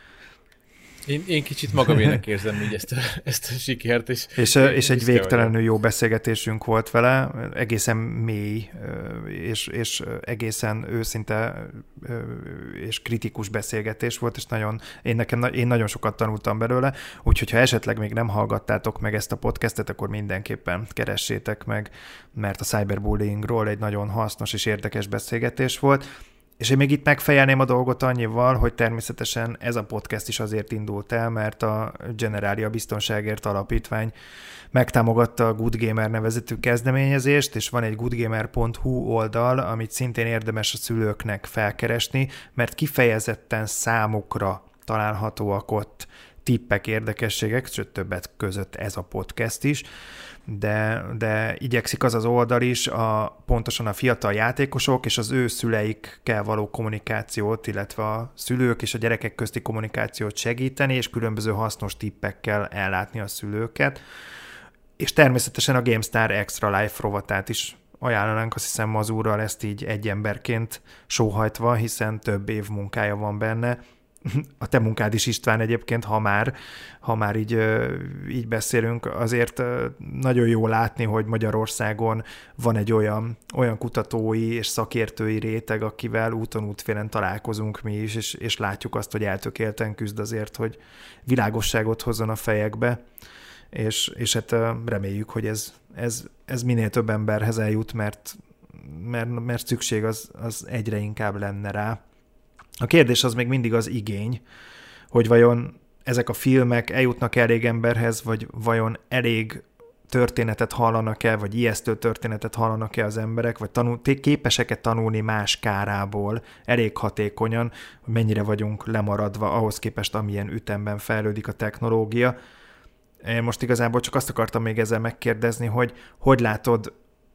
Én, én kicsit magamének érzem így ezt a, ezt a sikert. És, és, és egy végtelenül jó beszélgetésünk volt vele, egészen mély, és, és egészen őszinte és kritikus beszélgetés volt, és nagyon, én, nekem, én nagyon sokat tanultam belőle, úgyhogy ha esetleg még nem hallgattátok meg ezt a podcastet, akkor mindenképpen keressétek meg, mert a cyberbullyingról egy nagyon hasznos és érdekes beszélgetés volt. És én még itt megfejelném a dolgot annyival, hogy természetesen ez a podcast is azért indult el, mert a Generalia Biztonságért Alapítvány megtámogatta a Good Gamer nevezetű kezdeményezést, és van egy goodgamer pont hu oldal, amit szintén érdemes a szülőknek felkeresni, mert kifejezetten számukra találhatóak ott tippek, érdekességek, sőt többet között ez a podcast is, de, de igyekszik az az oldal is a, pontosan a fiatal játékosok és az ő szüleikkel való kommunikációt, illetve a szülők és a gyerekek közti kommunikációt segíteni, és különböző hasznos tippekkel ellátni a szülőket. És természetesen a GameStar Extra Life rovatát is ajánlanánk, azt hiszem Mazurral ezt így egy emberként sóhajtva, hiszen több év munkája van benne. A te munkád is, István, egyébként, ha már, ha már így, így beszélünk, azért nagyon jó látni, hogy Magyarországon van egy olyan, olyan kutatói és szakértői réteg, akivel úton útfélen találkozunk mi is, és, és látjuk azt, hogy eltökélten küzd azért, hogy világosságot hozzon a fejekbe, és, és hát reméljük, hogy ez, ez, ez minél több emberhez eljut, mert, mert, mert szükség az, az egyre inkább lenne rá. A kérdés az még mindig az igény, hogy vajon ezek a filmek eljutnak elég emberhez, vagy vajon elég történetet hallanak-e, vagy ijesztő történetet hallanak-e az emberek, vagy tanul, képesek-e tanulni más kárából elég hatékonyan, hogy mennyire vagyunk lemaradva ahhoz képest, amilyen ütemben fejlődik a technológia. Én most igazából csak azt akartam még ezzel megkérdezni, hogy hogy látod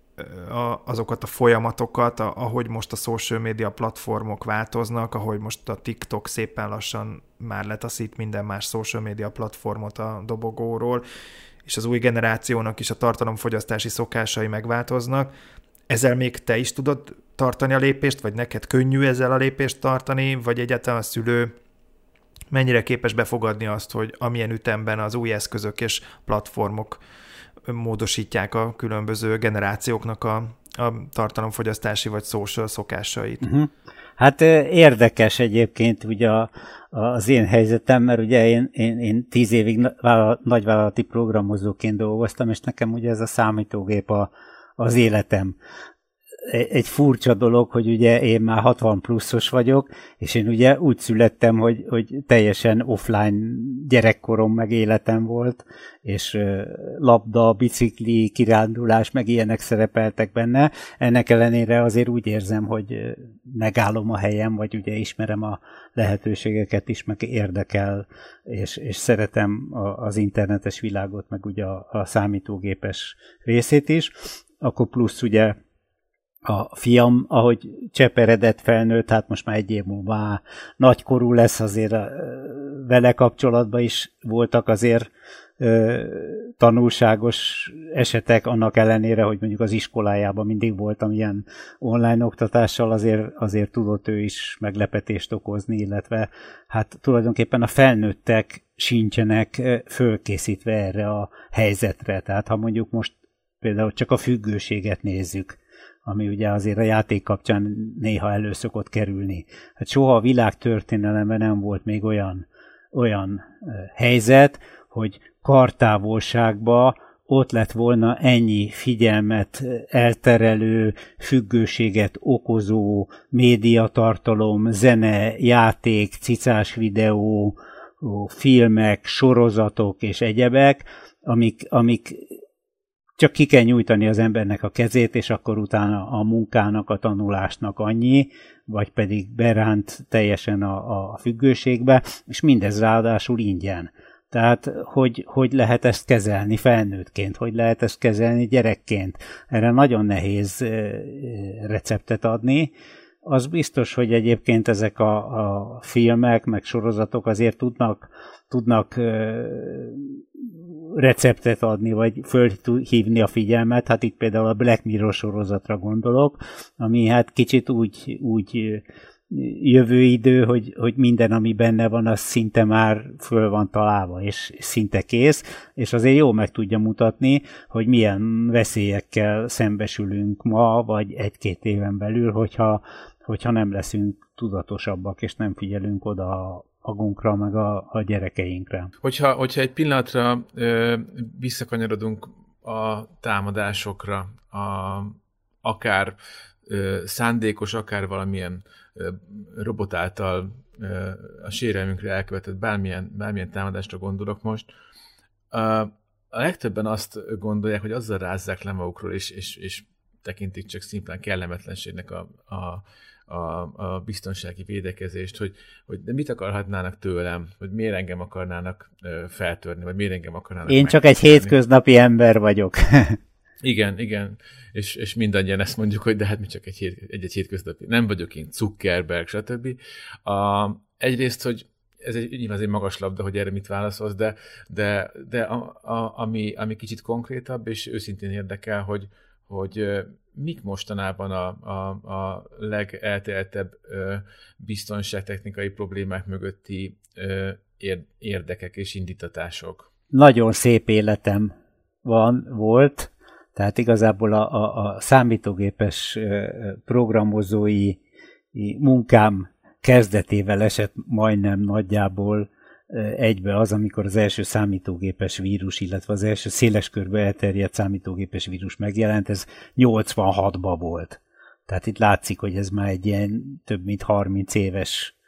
a, azokat a folyamatokat, a, ahogy most a social media platformok változnak, ahogy most a TikTok szépen lassan már letaszít minden más social media platformot a dobogóról, és az új generációnak is a tartalomfogyasztási szokásai megváltoznak. Ezzel még te is tudod tartani a lépést, vagy neked könnyű ezzel a lépést tartani, vagy egyáltalán a szülő mennyire képes befogadni azt, hogy amilyen ütemben az új eszközök és platformok módosítják a különböző generációknak a, a tartalomfogyasztási vagy social szokásait. Uh-huh. Hát érdekes egyébként ugye a, az én helyzetem, mert ugye én, én, én tíz évig nagyvállalati programozóként dolgoztam, és nekem ugye ez a számítógép a, az életem. Egy furcsa dolog, hogy ugye én már hatvan pluszos vagyok, és én ugye úgy születtem, hogy, hogy teljesen offline gyerekkorom meg életem volt, és labda, bicikli, kirándulás, meg ilyenek szerepeltek benne. Ennek ellenére azért úgy érzem, hogy megállom a helyem, vagy ugye ismerem a lehetőségeket is, meg érdekel, és, és szeretem az internetes világot, meg ugye a, a számítógépes részét is. Akkor plusz ugye a fiam, ahogy cseperedett, felnőtt, hát most már egy év múlva nagykorú lesz, azért vele kapcsolatban is voltak azért ö, tanulságos esetek, annak ellenére, hogy mondjuk az iskolájában mindig voltam ilyen online oktatással, azért, azért tudott ő is meglepetést okozni, illetve hát tulajdonképpen a felnőttek sincsenek fölkészítve erre a helyzetre. Tehát ha mondjuk most például csak a függőséget nézzük, ami ugye azért a játék kapcsán néha elő szokott kerülni. Hát soha a világ történelemben nem volt még olyan, olyan helyzet, hogy kartávolságba ott lett volna ennyi figyelmet elterelő, függőséget okozó médiatartalom, zene, játék, cicás videó, filmek, sorozatok és egyebek, amik, amik csak ki kell nyújtani az embernek a kezét, és akkor utána a munkának, a tanulásnak annyi, vagy pedig beránt teljesen a, a függőségbe, és mindez ráadásul ingyen. Tehát, hogy, hogy lehet ezt kezelni felnőttként, hogy lehet ezt kezelni gyerekként. Erre nagyon nehéz receptet adni. Az biztos, hogy egyébként ezek a, a filmek, meg sorozatok azért tudnak, tudnak receptet adni, vagy fölhívni a figyelmet. Hát itt például a Black Mirror sorozatra gondolok, ami hát kicsit úgy, úgy jövőidő, hogy, hogy minden, ami benne van, az szinte már föl van találva, és szinte kész, és azért jól meg tudja mutatni, hogy milyen veszélyekkel szembesülünk ma, vagy egy-két éven belül, hogyha, hogyha nem leszünk tudatosabbak, és nem figyelünk oda a magunkra, meg a, a gyerekeinkre. Hogyha, hogyha egy pillanatra ö, visszakanyarodunk a támadásokra, a, akár ö, szándékos, akár valamilyen ö, robot által ö, a sérelmünkre elkövetett bármilyen, bármilyen támadásra gondolok most, a, a legtöbben azt gondolják, hogy azzal rázzák le magukról, és, és, és tekintik csak szimplán kellemetlenségnek a, a A, a biztonsági védekezést, hogy, hogy de mit akarhatnának tőlem, hogy miért engem akarnának ö, feltörni, vagy miért engem akarnának Én csak egy hétköznapi ember vagyok. Igen, igen, és, és mindannyian ezt mondjuk, hogy de hát mi csak egy, hét, egy, egy hétköznapi, nem vagyok én Zuckerberg, stb. A, egyrészt, hogy ez egy, nyilván egy magas labda, hogy erre mit válaszolsz, de, de, de a, a, ami, ami kicsit konkrétabb, és őszintén érdekel, hogy, hogy mik mostanában a, a, a legelterjedtebb biztonságtechnikai problémák mögötti ö, érdekek és indítatások? Nagyon szép életem van, volt, tehát igazából a, a, a számítógépes programozói munkám kezdetével esett majdnem nagyjából egybe az, amikor az első számítógépes vírus, illetve az első széles körbe elterjedt számítógépes vírus megjelent, ez nyolcvanhatban volt. Tehát itt látszik, hogy ez már egy ilyen több mint harminc éves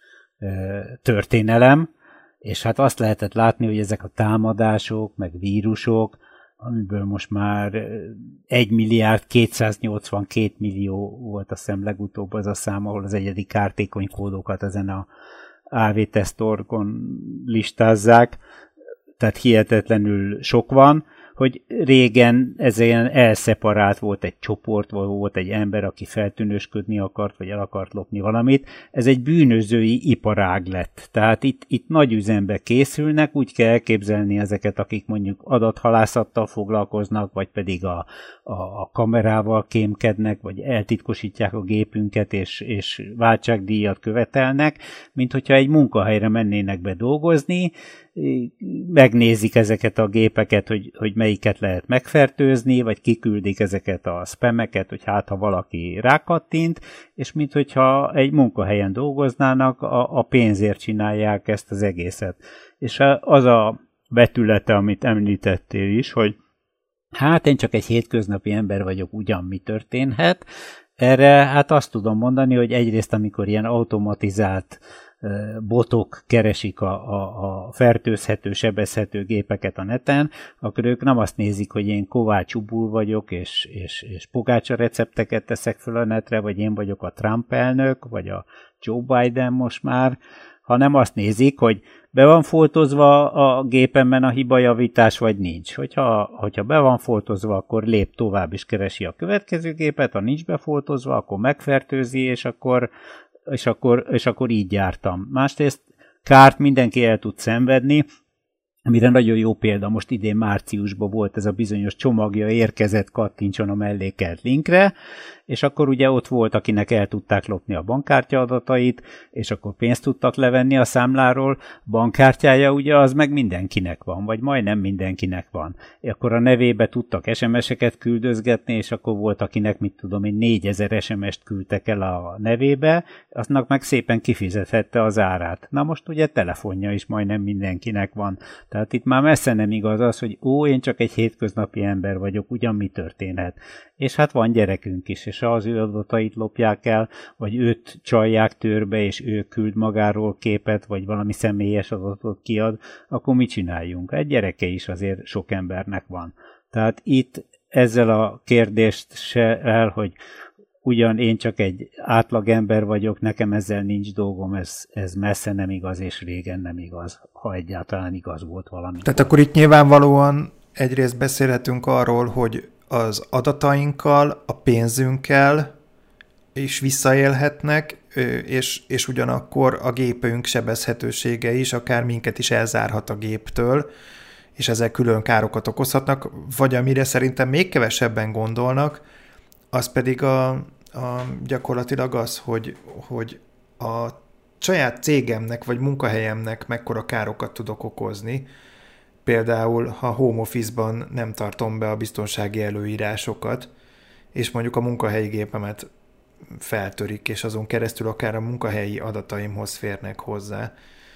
történelem, és hát azt lehetett látni, hogy ezek a támadások, meg vírusok, amiből most már egy milliárd kétszáznyolcvankét millió volt, azt hiszem legutóbb az a szám, ahol az egyedi kártékony kódokat ezen a á vé teszt pont org-on listázzák, tehát hihetetlenül sok van, hogy régen ez ilyen elszeparált volt egy csoport, vagy volt egy ember, aki feltűnősködni akart, vagy el akart lopni valamit. Ez egy bűnözői iparág lett. Tehát itt, itt nagy üzembe készülnek, úgy kell elképzelni ezeket, akik mondjuk adathalászattal foglalkoznak, vagy pedig a, a, a kamerával kémkednek, vagy eltitkosítják a gépünket, és, és váltságdíjat követelnek, mint hogyha egy munkahelyre mennének be dolgozni, megnézik ezeket a gépeket, hogy, hogy melyiket lehet megfertőzni, vagy kiküldik ezeket a spameket, hogy hát ha valaki rákattint, és minthogyha egy munkahelyen dolgoznának, a, a pénzért csinálják ezt az egészet. És az a vetülete, amit említettél is, hogy hát én csak egy hétköznapi ember vagyok, ugyan mi történhet. Erre hát azt tudom mondani, hogy egyrészt amikor ilyen automatizált botok keresik a, a, a fertőzhető, sebezhető gépeket a neten, akkor ők nem azt nézik, hogy én Kovács Ubul vagyok, és, és, és pogácsa recepteket teszek föl a netre, vagy én vagyok a Trump elnök, vagy a Joe Biden most már, hanem azt nézik, hogy be van foltozva a gépemben a hibajavítás, vagy nincs. Hogyha, hogyha be van foltozva, akkor lép tovább és keresi a következő gépet, ha nincs befoltozva, akkor megfertőzi, és akkor, és akkor, és akkor így jártam. Másrészt kárt mindenki el tud szenvedni, amire nagyon jó példa, most idén márciusban volt ez a bizonyos csomagja érkezett, kattintson a mellékelt linkre, és akkor ugye ott volt, akinek el tudták lopni a bankkártya adatait, és akkor pénzt tudtak levenni a számláról, bankkártyája ugye az meg mindenkinek van, vagy majdnem mindenkinek van. Akkor a nevébe tudtak es em es-eket küldözgetni, és akkor volt, akinek, mit tudom én, négyezer es em es-t küldtek el a nevébe, aznak meg szépen kifizethette az árát. Na most ugye telefonja is majdnem mindenkinek van. Tehát itt már messze nem igaz az, hogy ó, én csak egy hétköznapi ember vagyok, ugyan mi történhet. És hát van gyerekünk is, és ha az ő adatait lopják el, vagy őt csalják törbe, és ő küld magáról képet, vagy valami személyes adatot kiad, akkor mit csináljunk? Egy gyereke is azért sok embernek van. Tehát itt ezzel a kérdést se el, hogy ugyan én csak egy átlagember vagyok, nekem ezzel nincs dolgom, ez, ez messze nem igaz, és régen nem igaz, ha egyáltalán igaz volt valami. Tehát akkor itt nyilvánvalóan egyrészt beszélhetünk arról, hogy az adatainkkal, a pénzünkkel is visszaélhetnek, és, és ugyanakkor a gépünk sebezhetősége is, akár minket is elzárhat a géptől, és ezzel külön károkat okozhatnak, vagy amire szerintem még kevesebben gondolnak, az pedig a, a gyakorlatilag az, hogy, hogy a saját cégemnek vagy munkahelyemnek mekkora károkat tudok okozni. Például, ha home office-ban nem tartom be a biztonsági előírásokat, és mondjuk a munkahelyi gépemet feltörik, és azon keresztül akár a munkahelyi adataimhoz férnek hozzá.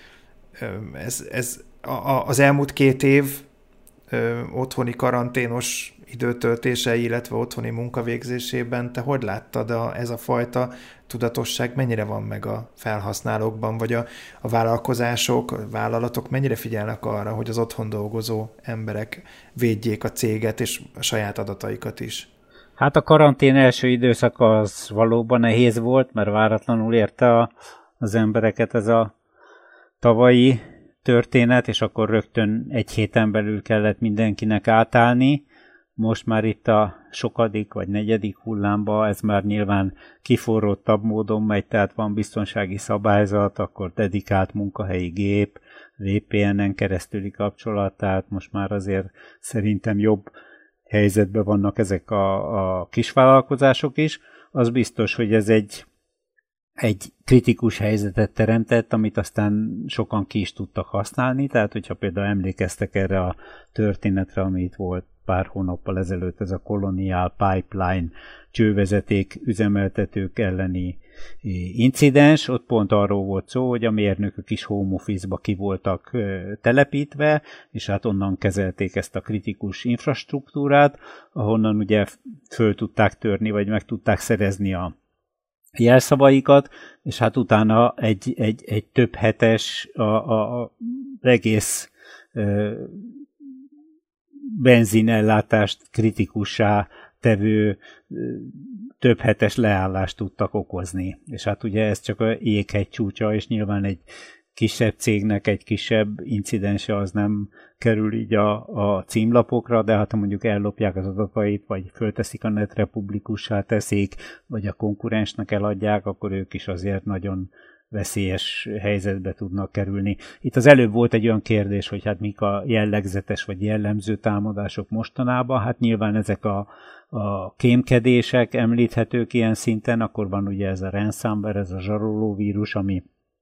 Ez, ez a, az elmúlt két év ö, otthoni karanténos időtöltése, illetve otthoni munkavégzésében te hogy láttad a, ez a fajta tudatosság, mennyire van meg a felhasználókban, vagy a, a vállalkozások, a vállalatok mennyire figyelnek arra, hogy az otthon dolgozó emberek védjék a céget és a saját adataikat is? Hát a karantén első időszak az valóban nehéz volt, mert váratlanul érte a, az embereket ez a tavalyi történet, és akkor rögtön egy héten belül kellett mindenkinek átállni. Most már itt a sokadik vagy negyedik hullámba ez már nyilván kiforrottabb módon megy, tehát van biztonsági szabályzat, akkor dedikált munkahelyi gép, vé pé en-en keresztüli kapcsolat, tehát most már azért szerintem jobb helyzetben vannak ezek a, a kisvállalkozások is. Az biztos, hogy ez egy, egy kritikus helyzetet teremtett, amit aztán sokan ki is tudtak használni, tehát hogyha például emlékeztek erre a történetre, ami itt volt pár hónappal ezelőtt, ez a Colonial Pipeline csővezeték üzemeltetők elleni incidens, ott pont arról volt szó, hogy a mérnökök is home office-ba ki voltak telepítve, és hát onnan kezelték ezt a kritikus infrastruktúrát, ahonnan ugye föl tudták törni, vagy meg tudták szerezni a jelszavaikat, és hát utána egy, egy, egy több hetes a, a, a egész e, benzinellátást kritikussá tevő több hetes leállást tudtak okozni. És hát ugye ez csak a jéghegy csúcsa, és nyilván egy kisebb cégnek egy kisebb incidense az nem kerül így a, a címlapokra, de hát ha mondjuk ellopják az adatait, vagy fölteszik a netre, publikussá teszik, vagy a konkurensnek eladják, akkor ők is azért nagyon veszélyes helyzetbe tudnak kerülni. Itt az előbb volt egy olyan kérdés, hogy hát mik a jellegzetes vagy jellemző támadások mostanában. Hát nyilván ezek a, a kémkedések említhetők ilyen szinten, akkor van ugye ez a ransomware, ez a zsaroló vírus, ami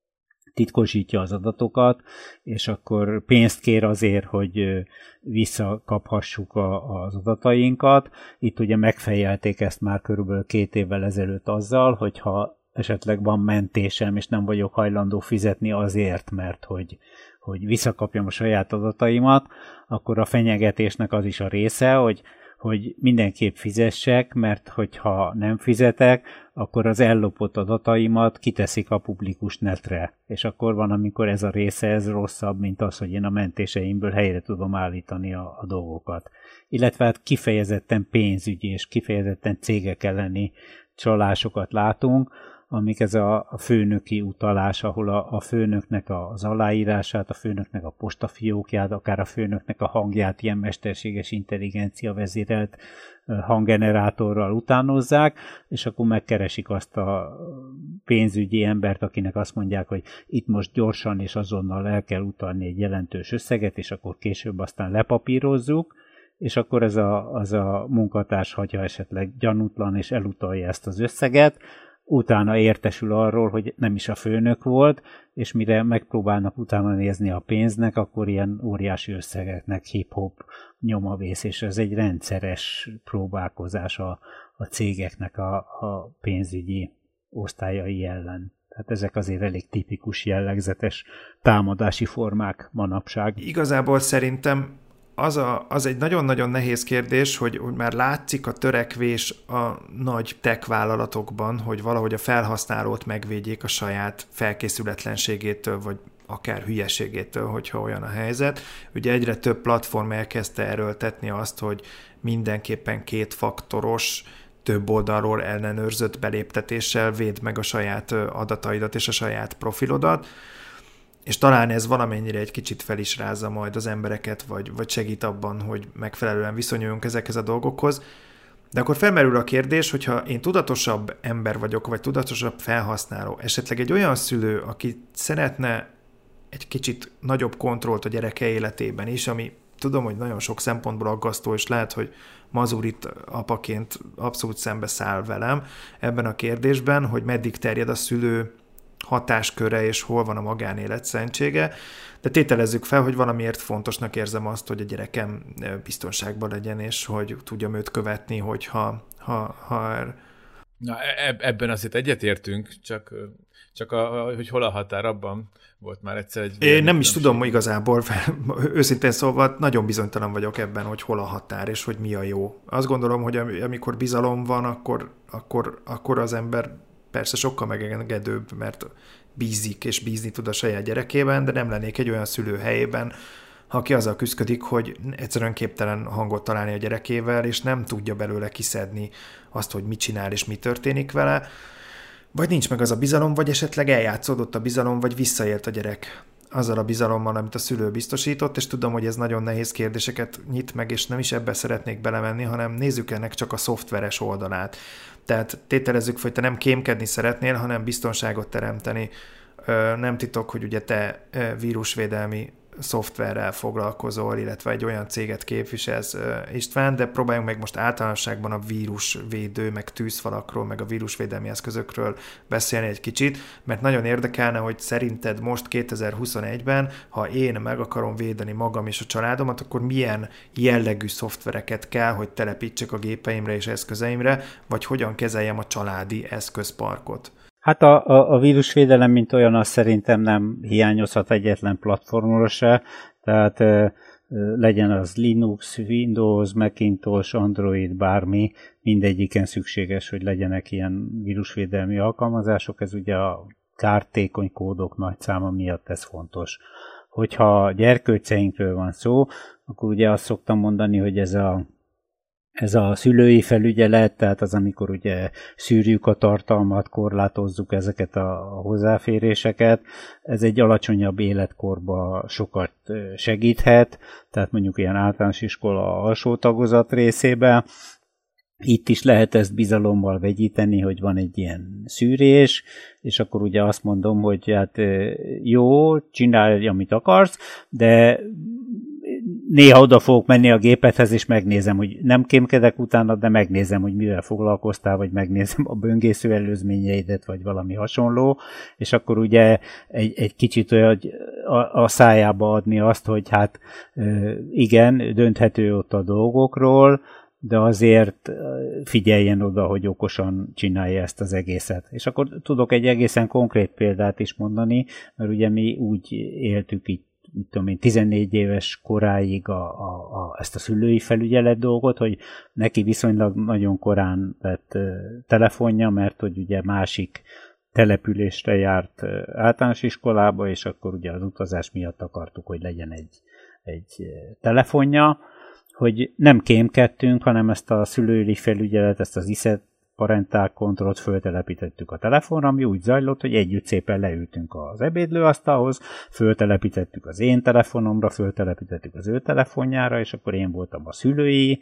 titkosítja az adatokat, és akkor pénzt kér azért, hogy visszakaphassuk a, az adatainkat. Itt ugye megfejelték ezt már körülbelül két évvel ezelőtt azzal, hogyha esetleg van mentésem, és nem vagyok hajlandó fizetni azért, mert hogy, hogy visszakapjam a saját adataimat, akkor a fenyegetésnek az is a része, hogy hogy mindenképp fizessek, mert hogyha nem fizetek, akkor az ellopott adataimat kiteszik a publikus netre. És akkor van, amikor ez a része ez rosszabb, mint az, hogy én a mentéseimből helyre tudom állítani a, a dolgokat. Illetve hát kifejezetten pénzügyi és kifejezetten cégek elleni csalásokat látunk, amik ez a, a főnöki utalás, ahol a, a főnöknek az aláírását, a főnöknek a postafiókját, akár a főnöknek a hangját ilyen mesterséges intelligencia vezérelt hanggenerátorral utánozzák, és akkor megkeresik azt a pénzügyi embert, akinek azt mondják, hogy itt most gyorsan és azonnal el kell utalni egy jelentős összeget, és akkor később aztán lepapírozzuk, és akkor ez a, az a munkatárs hagyja esetleg gyanútlan, és elutalja ezt az összeget, utána értesül arról, hogy nem is a főnök volt, és mire megpróbálnak utána nézni a pénznek, akkor ilyen óriási összegeknek hip-hop nyomavész, és ez egy rendszeres próbálkozás a, a cégeknek a, a pénzügyi osztályai ellen. Tehát ezek azért elég tipikus, jellegzetes támadási formák manapság. Igazából szerintem Az, a, az egy nagyon-nagyon nehéz kérdés, hogy, hogy már látszik a törekvés a nagy tech vállalatokban, hogy valahogy a felhasználót megvédjék a saját felkészületlenségétől, vagy akár hülyeségétől, hogyha olyan a helyzet. Ugye egyre több platform elkezdte erőltetni azt, hogy mindenképpen kétfaktoros, több oldalról ellenőrzött beléptetéssel védd meg a saját adataidat és a saját profilodat, és talán ez valamennyire egy kicsit fel is rázza majd az embereket, vagy, vagy segít abban, hogy megfelelően viszonyuljunk ezekhez a dolgokhoz. De akkor felmerül a kérdés, hogyha én tudatosabb ember vagyok, vagy tudatosabb felhasználó, esetleg egy olyan szülő, aki szeretne egy kicsit nagyobb kontrollt a gyereke életében is, ami tudom, hogy nagyon sok szempontból aggasztó, és lehet, hogy Mazur itt apaként abszolút szembeszáll velem ebben a kérdésben, hogy meddig terjed a szülő hatásköre, és hol van a magánélet szentsége, de tételezzük fel, hogy valamiért fontosnak érzem azt, hogy a gyerekem biztonságban legyen, és hogy tudjam őt követni, hogyha ha, ha... Na, ebben azért egyetértünk, csak, csak a, hogy hol a határ, abban volt már egyszer egy... Én nem is tudom igazából, őszintén szólva nagyon bizonytalan vagyok ebben, hogy hol a határ, és hogy mi a jó. Azt gondolom, hogy amikor bizalom van, akkor, akkor, akkor az ember persze sokkal megengedőbb, mert bízik és bízni tud a saját gyerekében, de nem lennék egy olyan szülő helyében, aki azzal küszködik, hogy egyszerűen képtelen hangot találni a gyerekével, és nem tudja belőle kiszedni azt, hogy mit csinál és mi történik vele, vagy nincs meg az a bizalom, vagy esetleg eljátszódott a bizalom, vagy visszaélt a gyerek azzal a bizalommal, amit a szülő biztosított, és tudom, hogy ez nagyon nehéz kérdéseket nyit meg, és nem is ebbe szeretnék belemenni, hanem nézzük ennek csak a szoftveres oldalát. Tehát tételezzük, hogy te nem kémkedni szeretnél, hanem biztonságot teremteni. Nem titok, hogy ugye te vírusvédelmi szoftverrel foglalkozol, illetve egy olyan céget képviselsz, István, de próbáljunk meg most általánosságban a vírusvédő, meg tűzfalakról, meg a vírusvédelmi eszközökről beszélni egy kicsit, mert nagyon érdekelne, hogy szerinted most kétezer-huszonegyben, ha én meg akarom védeni magam és a családomat, akkor milyen jellegű szoftvereket kell, hogy telepítsek a gépeimre és eszközeimre, vagy hogyan kezeljem a családi eszközparkot. Hát a, a, a vírusvédelem, mint olyan, az szerintem nem hiányozhat egyetlen platformról se, tehát e, legyen az Linux, Windows, Macintosh, Android, bármi, mindegyiken szükséges, hogy legyenek ilyen vírusvédelmi alkalmazások, ez ugye a kártékony kódok nagy száma miatt ez fontos. Hogyha gyerkőceinkről van szó, akkor ugye azt szoktam mondani, hogy ez a Ez a szülői felügyelet, tehát az, amikor ugye szűrjük a tartalmat, korlátozzuk ezeket a hozzáféréseket, ez egy alacsonyabb életkorba sokat segíthet, tehát mondjuk ilyen általános iskola alsó tagozat részében. Itt is lehet ezt bizalommal vegyíteni, hogy van egy ilyen szűrés, és akkor ugye azt mondom, hogy hát jó, csinálj, amit akarsz, de néha oda fogok menni a gépedhez, és megnézem, hogy nem kémkedek utána, de megnézem, hogy mivel foglalkoztál, vagy megnézem a böngésző előzményeidet, vagy valami hasonló, és akkor ugye egy, egy kicsit olyan, hogy a, a szájába adni azt, hogy hát igen, dönthető ott a dolgokról, de azért figyeljen oda, hogy okosan csinálja ezt az egészet. És akkor tudok egy egészen konkrét példát is mondani, mert ugye mi úgy éltük itt, mit tudom én, tizennégy éves koráig a, a, a, ezt a szülői felügyelet dolgot, hogy neki viszonylag nagyon korán lett telefonja, mert hogy ugye másik településre járt általános iskolába, és akkor ugye az utazás miatt akartuk, hogy legyen egy, egy telefonja, hogy nem kémkedtünk, hanem ezt a szülői felügyelet, ezt az i es e té parentál kontrollt föltelepítettük a telefonra, ami úgy zajlott, hogy együtt szépen leültünk az ebédlőasztalhoz, föltelepítettük az én telefonomra, föltelepítettük az ő telefonjára, és akkor én voltam a szülői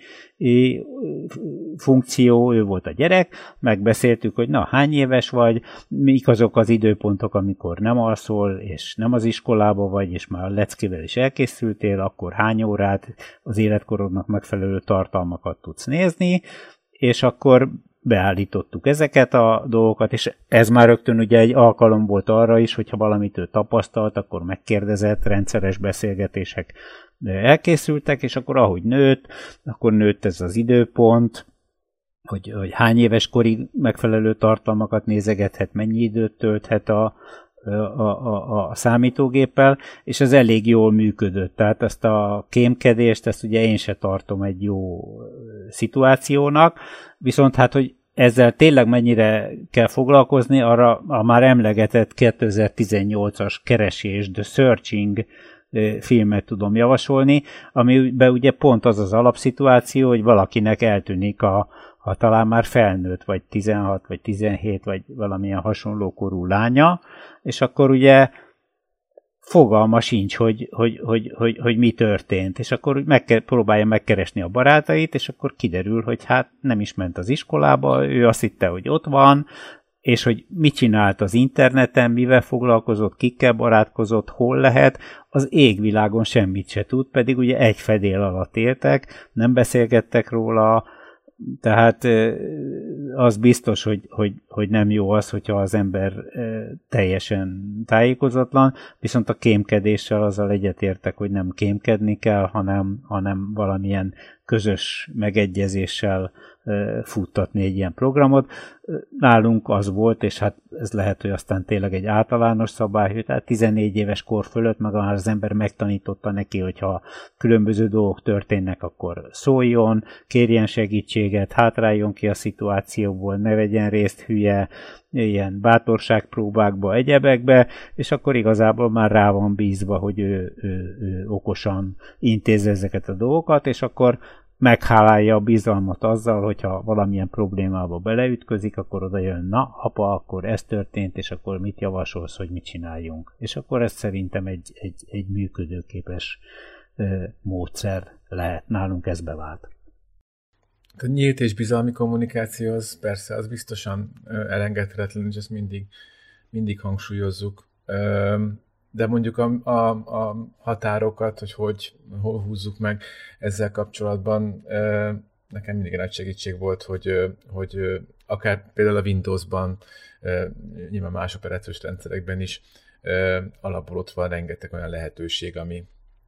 funkció, ő volt a gyerek, megbeszéltük, hogy na, hány éves vagy, mik azok az időpontok, amikor nem alszol, és nem az iskolába vagy, és már a leckével is elkészültél, akkor hány órát az életkorodnak megfelelő tartalmakat tudsz nézni, és akkor beállítottuk ezeket a dolgokat, és ez már rögtön ugye egy alkalom volt arra is, hogyha valamit ő tapasztalt, akkor megkérdezett, rendszeres beszélgetések elkészültek, és akkor ahogy nőtt, akkor nőtt ez az időpont, hogy, hogy hány éves korig megfelelő tartalmakat nézegethet, mennyi időt tölthet a, a, a, a számítógéppel, és ez elég jól működött. Tehát ezt a kémkedést, ezt ugye én se tartom egy jó szituációnak, viszont hát, hogy ezzel tényleg mennyire kell foglalkozni, arra a már emlegetett kétezer-tizennyolcas keresés, The Searching filmet tudom javasolni, amiben ugye pont az az alapszituáció, hogy valakinek eltűnik a, a talán már felnőtt, vagy tizenhat, vagy tizenhét, vagy valamilyen hasonló korú lánya, és akkor ugye fogalma sincs, hogy, hogy, hogy, hogy, hogy mi történt, és akkor meg, próbálja megkeresni a barátait, és akkor kiderül, hogy hát nem is ment az iskolába, ő azt hitte, hogy ott van, és hogy mit csinált az interneten, mivel foglalkozott, kikkel barátkozott, hol lehet, az égvilágon semmit se tud, pedig ugye egy fedél alatt éltek, nem beszélgettek róla, tehát az biztos, hogy, hogy, hogy nem jó az, hogyha az ember teljesen tájékozatlan, viszont a kémkedéssel azzal egyetértek, hogy nem kémkedni kell, hanem, hanem valamilyen közös megegyezéssel futtatni egy ilyen programot. Nálunk az volt, és hát ez lehet, hogy aztán tényleg egy általános szabály, tehát tizennégy éves kor fölött meg már az ember megtanította neki, hogyha különböző dolgok történnek, akkor szóljon, kérjen segítséget, hátráljon ki a szituációból, ne vegyen részt hülye, ilyen bátorságpróbákba, egyebekbe, és akkor igazából már rá van bízva, hogy ő, ő, ő okosan intézze ezeket a dolgokat, és akkor meghálálja a bizalmat azzal, hogyha valamilyen problémába beleütközik, akkor oda jön, na, apa, akkor ez történt, és akkor mit javasolsz, hogy mit csináljunk. És akkor ez szerintem egy, egy, egy működőképes ö, módszer lehet. Nálunk ez bevált. A nyílt és bizalmi kommunikáció az persze, az biztosan elengedhetetlen, és ezt mindig, mindig hangsúlyozzuk. De mondjuk a, a, a határokat, hogy, hogy hol húzzuk meg ezzel kapcsolatban, nekem mindig nagy segítség volt, hogy, hogy akár például a Windowsban, nyilván más operációs rendszerekben is alapból ott van rengeteg olyan lehetőség, ami,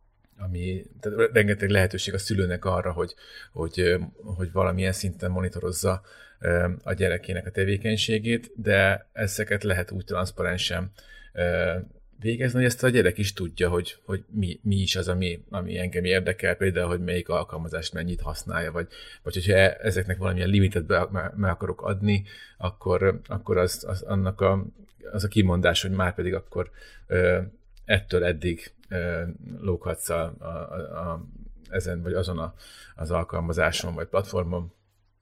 ami tehát rengeteg lehetőség a szülőnek arra, hogy, hogy, hogy valamilyen szinten monitorozza a gyerekének a tevékenységét, de ezeket lehet úgy transzparensen végezni, hogy ezt a gyerek is tudja, hogy, hogy mi, mi is az, ami, ami engem érdekel, például, hogy melyik alkalmazást mennyit használja, vagy, vagy hogyha ezeknek valamilyen limitet be, meg akarok adni, akkor, akkor az, az, annak a, az a kimondás, hogy már pedig akkor ö, ettől eddig ö, lóghatsz a, a, a, ezen, vagy azon a, az alkalmazáson, vagy platformon,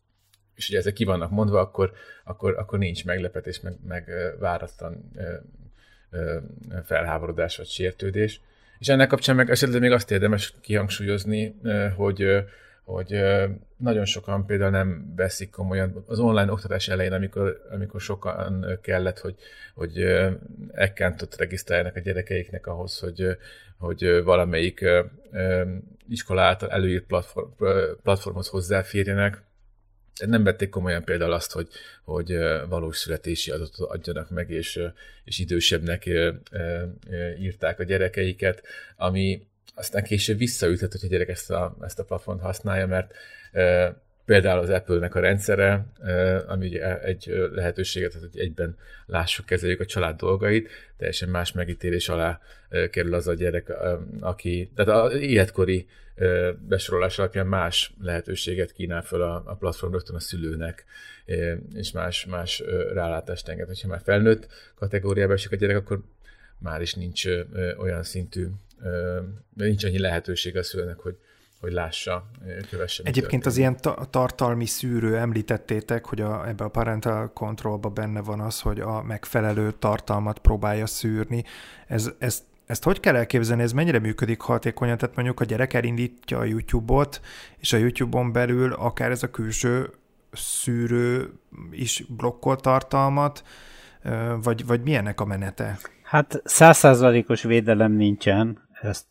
és ugye ezek ki vannak mondva, akkor, akkor, akkor nincs meglepetés, meg, meg váratlan ö, felháborodás vagy sértődés. És ennek kapcsán meg esetleg még azt érdemes kihangsúlyozni, hogy, hogy nagyon sokan például nem veszik komolyan az online oktatás elején, amikor, amikor sokan kellett, hogy, hogy accountot regisztráljanak a gyerekeiknek ahhoz, hogy, hogy valamelyik iskola által előírt platform, platformhoz hozzáférjenek. Nem vették komolyan például azt, hogy, hogy valós születési adatot adjanak meg, és, és idősebbnek írták a gyerekeiket, ami aztán később visszaüthet, hogy a gyerek ezt a, ezt a platformot használja, mert például az Apple-nek a rendszere, ami ugye egy lehetőséget, hogy egyben lássuk, kezeljük a család dolgait, teljesen más megítélés alá kerül az a gyerek, aki, tehát az életkori besorolás alapján más lehetőséget kínál föl a, a platform rögtön a szülőnek, és más, más rálátást enged. Ha már felnőtt kategóriába esik a gyerek, akkor már is nincs olyan szintű, nincs annyi lehetőség a szülőnek, hogy hogy lássa, kövesse. Egyébként az ilyen ta- tartalmi szűrő, említettétek, hogy a, ebbe a parental controlba benne van az, hogy a megfelelő tartalmat próbálja szűrni. Ez, ez, ezt hogy kell elképzelni, ez mennyire működik hatékonyan? Tehát mondjuk a gyerek elindítja a YouTube-ot, és a YouTube-on belül akár ez a külső szűrő is blokkol tartalmat, vagy, vagy milyennek a menete? Hát száz százalékos védelem nincsen, ezt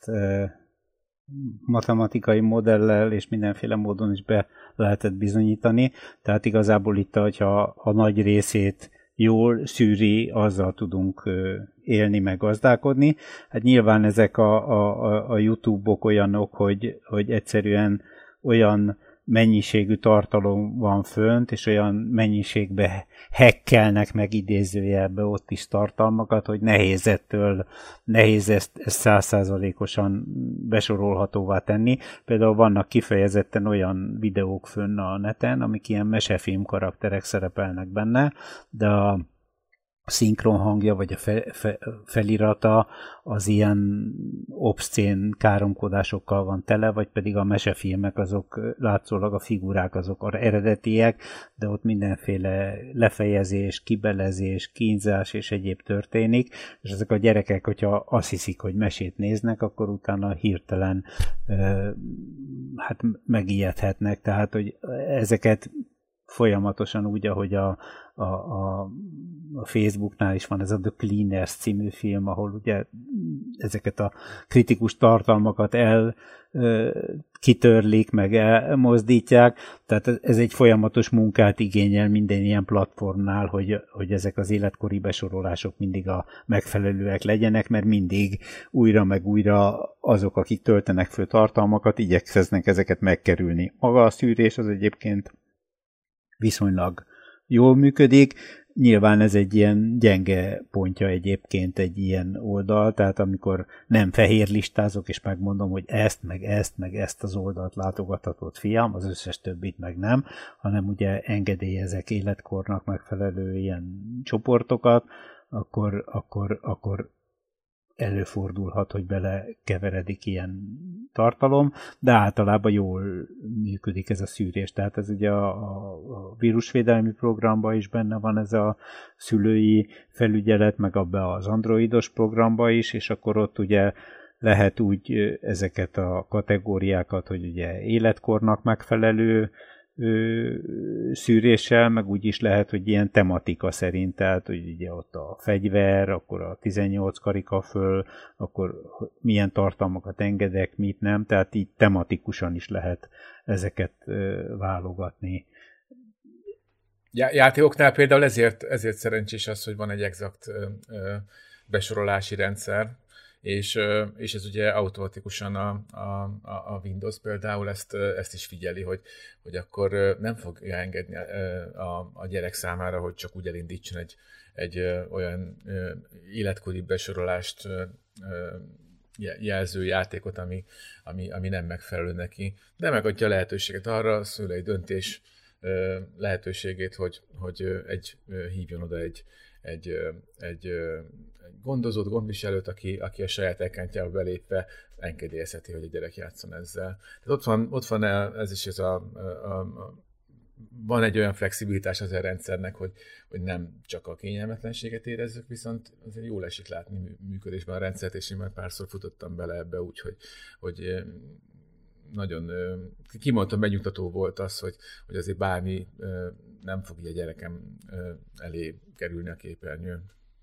matematikai modellel és mindenféle módon is be lehetett bizonyítani, tehát igazából itt, hogyha a nagy részét jól szűri, azzal tudunk élni, meg gazdálkodni. Hát nyilván ezek a, a, a YouTube-ok olyanok, hogy, hogy egyszerűen olyan mennyiségű tartalom van fönt, és olyan mennyiségbe hekkelnek meg idézőjelbe ott is tartalmakat, hogy nehéz ettől, nehéz ezt száz százalékosan besorolhatóvá tenni. Például vannak kifejezetten olyan videók fönn a neten, amik ilyen mesefilm karakterek szerepelnek benne, de a szinkron hangja, vagy a fe, fe, felirata az ilyen obszcén káromkodásokkal van tele, vagy pedig a mesefilmek azok látszólag a figurák azok eredetiek, de ott mindenféle lefejezés, kibelezés, kínzás és egyéb történik, és ezek a gyerekek, hogyha azt hiszik, hogy mesét néznek, akkor utána hirtelen hát megijedhetnek, tehát hogy ezeket folyamatosan úgy, ahogy a, a, a, a Facebooknál is van ez a The Cleaners című film, ahol ugye ezeket a kritikus tartalmakat el kitörlik, meg elmozdítják, tehát ez egy folyamatos munkát igényel minden ilyen platformnál, hogy, hogy ezek az életkori besorolások mindig a megfelelőek legyenek, mert mindig újra meg újra azok, akik töltenek föl tartalmakat, igyekeznek ezeket megkerülni. Maga a szűrés az egyébként viszonylag jól működik. Nyilván ez egy ilyen gyenge pontja egyébként egy ilyen oldal, tehát amikor nem fehér listázok, és megmondom, hogy ezt, meg ezt, meg ezt az oldalt látogathatod, fiam, az összes többit meg nem, hanem ugye engedélyezek életkornak megfelelő ilyen csoportokat, akkor, akkor, akkor előfordulhat, hogy belekeveredik ilyen tartalom, de általában jól működik ez a szűrés. Tehát ez ugye a, a vírusvédelmi programban is benne van ez a szülői felügyelet, meg abban az androidos programban is, és akkor ott ugye lehet úgy ezeket a kategóriákat, hogy ugye életkornak megfelelő szűréssel, meg úgy is lehet, hogy ilyen tematika szerint, tehát hogy ugye ott a fegyver, akkor a tizennyolc karika föl, akkor milyen tartalmakat engedek, mit nem, tehát így tematikusan is lehet ezeket válogatni. Játékoknál például ezért, ezért szerencsés az, hogy van egy exakt besorolási rendszer, és, és ez ugye automatikusan a, a, a Windows például ezt, ezt is figyeli, hogy, hogy akkor nem fogja engedni a, a gyerek számára, hogy csak úgy elindítson egy, egy olyan életkori besorolást jelző játékot, ami, ami, ami nem megfelelő neki, de megadja lehetőséget arra, a szülői döntés lehetőségét, hogy, hogy egy, hívjon oda egy, egy, egy, egy gondozott, gondviselőt, aki, aki a saját ekkántjába belépve engedélyezheti, hogy a gyerek játszon ezzel. Tehát ott van, ott van ez is, ez a, a, a, van egy olyan flexibilitás az a rendszernek, hogy, hogy nem csak a kényelmetlenséget érezzük, viszont azért jól esik látni működésben a rendszert, és én már párszor futottam bele ebbe úgy, hogy, hogy nagyon kimondtam, megnyugtató volt az, hogy, hogy azért bármi nem fog így a gyerekem elé kerülni a képernyőn.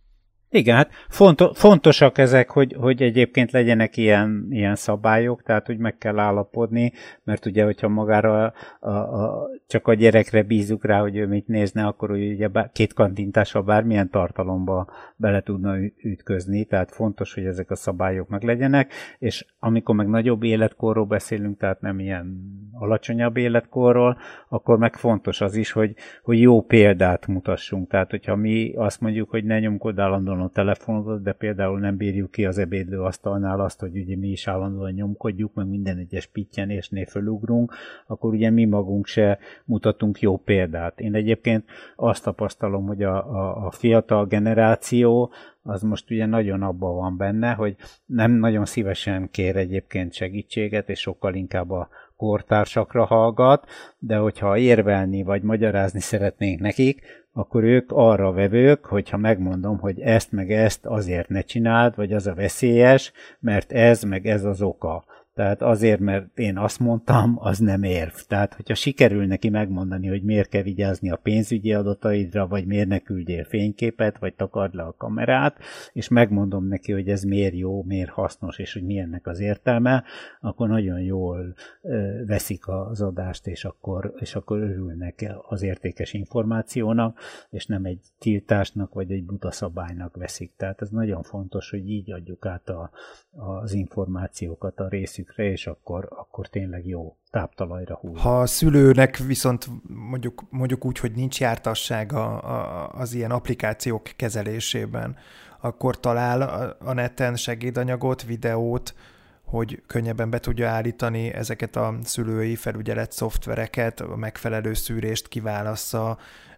Igen, hát fontos, fontosak ezek, hogy, hogy egyébként legyenek ilyen, ilyen szabályok, tehát hogy meg kell állapodni, mert ugye, hogyha magára a, a, csak a gyerekre bízunk rá, hogy ő mit nézne, akkor ugye bár, két kattintással bármilyen tartalomba bele tudna ütközni, tehát fontos, hogy ezek a szabályok meg legyenek, és amikor meg nagyobb életkorról beszélünk, tehát nem ilyen alacsonyabb életkorról, akkor meg fontos az is, hogy, hogy jó példát mutassunk, tehát hogyha mi azt mondjuk, hogy ne nyomkod állandóan a telefonodat, de például nem bírjuk ki az ebédlőasztalnál azt, hogy ugye mi is állandóan nyomkodjuk, meg minden egyes pittyenésnél fölugrunk, akkor ugye mi magunk se mutatunk jó példát. Én egyébként azt tapasztalom, hogy a, a, a fiatal generáció az most ugye nagyon abban van benne, hogy nem nagyon szívesen kér egyébként segítséget, és sokkal inkább a kortársakra hallgat, de hogyha érvelni vagy magyarázni szeretnénk nekik, akkor ők arra vevők, hogyha megmondom, hogy ezt meg ezt azért ne csináld, vagy az a veszélyes, mert ez meg ez az oka. Tehát azért, mert én azt mondtam, az nem érv. Tehát, hogyha sikerül neki megmondani, hogy miért kell vigyázni a pénzügyi adataidra, vagy miért ne küldjél fényképet, vagy takard le a kamerát, és megmondom neki, hogy ez miért jó, miért hasznos, és hogy mi ennek az értelme, akkor nagyon jól ö, veszik az adást, és akkor, és akkor örülnek az értékes információnak, és nem egy tiltásnak, vagy egy buta szabálynak veszik. Tehát ez nagyon fontos, hogy így adjuk át a, az információkat a részük, és akkor, akkor tényleg jó táptalajra hull. Ha a szülőnek viszont mondjuk, mondjuk úgy, hogy nincs jártassága az ilyen applikációk kezelésében, akkor talál a neten segédanyagot, videót, hogy könnyebben be tudja állítani ezeket a szülői felügyelet szoftvereket, a megfelelő szűrést kiválassza,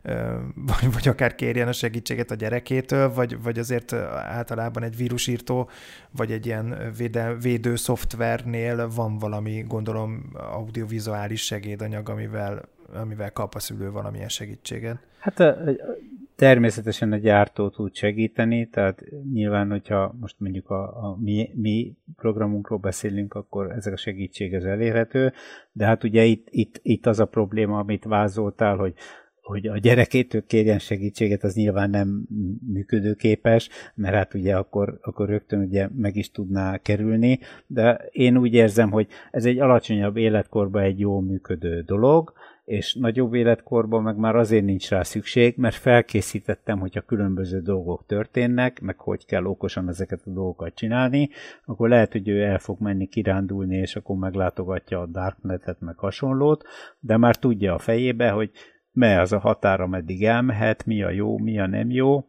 vagy, vagy akár kérjen a segítséget a gyerekétől, vagy, vagy azért általában egy vírusírtó, vagy egy ilyen véde, védő szoftvernél van valami, gondolom, audiovizuális segédanyag, amivel, amivel kap a szülő valamilyen segítséget. Hát a, természetesen a gyártó tud segíteni, tehát nyilván, hogyha most mondjuk a, a mi, mi programunkról beszélünk, akkor ezek a segítség ez elérhető, de hát ugye itt, itt, itt az a probléma, amit vázoltál, hogy hogy a gyerekétől kérjen segítséget, az nyilván nem működőképes, mert hát ugye akkor, akkor rögtön ugye meg is tudná kerülni, de én úgy érzem, hogy ez egy alacsonyabb életkorban egy jó működő dolog, és nagyobb életkorban meg már azért nincs rá szükség, mert felkészítettem, hogyha különböző dolgok történnek, meg hogy kell okosan ezeket a dolgokat csinálni, akkor lehet, hogy ő el fog menni kirándulni, és akkor meglátogatja a Darknetet, meg hasonlót, de már tudja a fejébe, hogy mely az a határ, ameddig elmehet, mi a jó, mi a nem jó,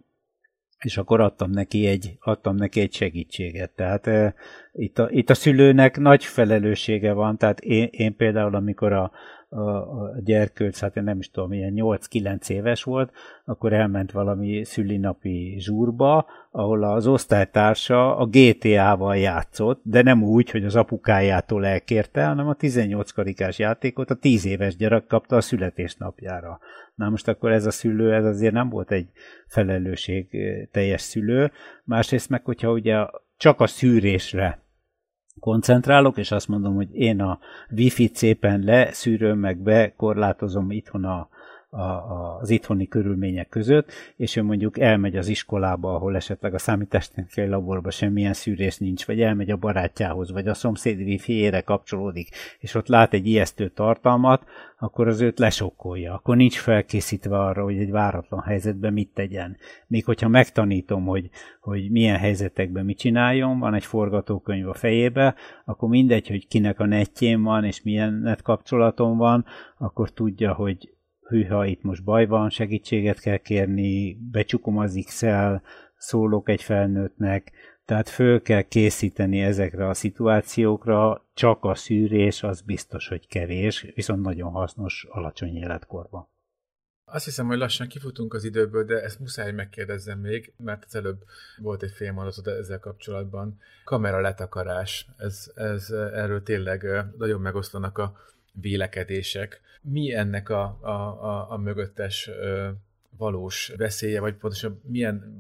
és akkor adtam neki egy, adtam neki egy segítséget. Tehát e, itt, a, itt a szülőnek nagy felelőssége van, tehát én, én például, amikor a, a, a gyerkőc, hát én nem is tudom, ilyen nyolc-kilenc éves volt, akkor elment valami szülinapi zsúrba, ahol az osztálytársa a gé té á-val játszott, de nem úgy, hogy az apukájától elkérte, hanem a tizennyolc karikás játékot a tíz éves gyerek kapta a születésnapjára. Na most akkor ez a szülő, ez azért nem volt egy felelősség teljes szülő. Másrészt meg, hogyha ugye csak a szűrésre koncentrálok, és azt mondom, hogy én a wifi-t szépen leszűröm, meg bekorlátozom itthon a, a, a, az itthoni körülmények között, és ő mondjuk elmegy az iskolába, ahol esetleg a számítástechnikai laborban semmilyen szűrés nincs, vagy elmegy a barátjához, vagy a szomszéd wifi-ére kapcsolódik, és ott lát egy ijesztő tartalmat, akkor az őt lesokkolja. Akkor nincs felkészítve arra, hogy egy váratlan helyzetben mit tegyen. Még hogyha megtanítom, hogy, hogy milyen helyzetekben mit csináljon, van egy forgatókönyv a fejébe, akkor mindegy, hogy kinek a netjén van, és milyen net kapcsolatom van, akkor tudja, hogy hűha, itt most baj van, segítséget kell kérni, becsukom az X-el, szólok egy felnőttnek, tehát föl kell készíteni ezekre a szituációkra, csak a szűrés az biztos, hogy kevés, viszont nagyon hasznos alacsony életkorban. Azt hiszem, hogy lassan kifutunk az időből, de ezt muszáj megkérdezzem még, mert az előbb volt egy fél mondatot ezzel kapcsolatban. Kamera letakarás, ez, ez, erről tényleg nagyon megoszlanak a vélekedések. Mi ennek a, a, a, a mögöttes ö, valós veszélye, vagy pontosan milyen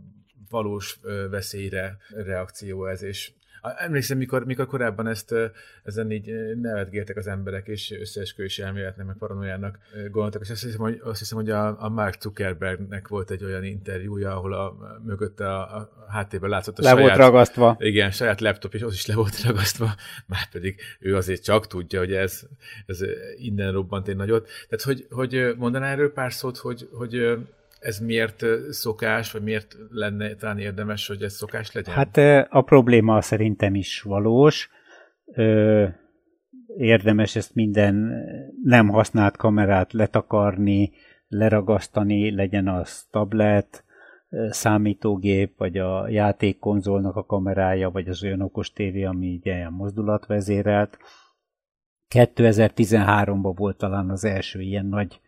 valós veszélyre reakció ez, és emlékszem, mikor, mikor korábban ezt ezen így nevetgéltek az emberek, és összeesküvés elméletnek, meg paranoiának gondoltak, és azt hiszem, hogy, azt hiszem, hogy a, a Mark Zuckerbergnek volt egy olyan interjúja, ahol a, mögötte a, a háttérben látszott a le saját... volt ragasztva. Igen, saját laptop, és az is le volt ragasztva, már pedig ő azért csak tudja, hogy ez, ez innen robbant egy nagyot. Tehát, hogy, hogy mondaná erről pár szót, hogy, hogy ez miért szokás, vagy miért lenne talán érdemes, hogy ez szokás legyen? Hát a probléma szerintem is valós. Érdemes ezt minden nem használt kamerát letakarni, leragasztani, legyen az tablet, számítógép, vagy a játékkonzolnak a kamerája, vagy az olyan okos tévé, ami ilyen mozdulatvezérelt. kétezer-tizenháromban volt talán az első ilyen nagy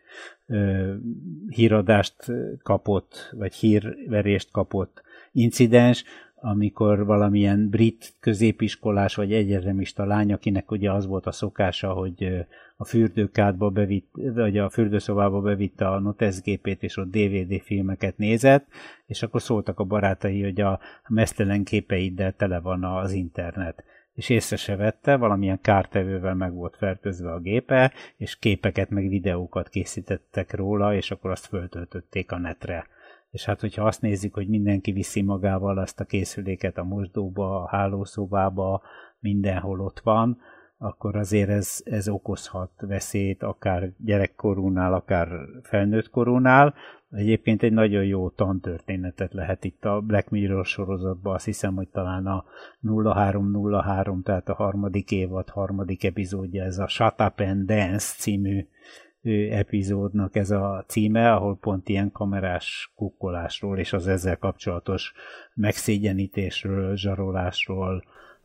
híradást kapott, vagy hírverést kapott incidens, amikor valamilyen brit középiskolás vagy egyetemista lány, akinek ugye az volt a szokása, hogy a fürdőkádba bevitt, vagy a fürdőszobába bevitte a noteszgépét, és ott dé vé dé filmeket nézett, és akkor szóltak a barátai, hogy a meztelen képeiddel tele van az internet. És észre se vette, valamilyen kártevővel meg volt fertőzve a gépe, és képeket meg videókat készítettek róla, és akkor azt föltöltötték a netre. És hát, hogyha azt nézzük, hogy mindenki viszi magával azt a készüléket a mosdóba, a hálószobába, mindenhol ott van, akkor azért ez, ez okozhat veszélyt, akár gyerekkorúnál, akár felnőtt korúnál. Egyébként egy nagyon jó tantörténetet lehet itt a Black Mirror sorozatban, azt hiszem, hogy talán a nulla három nulla három, tehát a harmadik évad, harmadik epizódja, ez a Shut Up and Dance című epizódnak ez a címe, ahol pont ilyen kamerás kukkolásról és az ezzel kapcsolatos megszégyenítésről, zsarolásról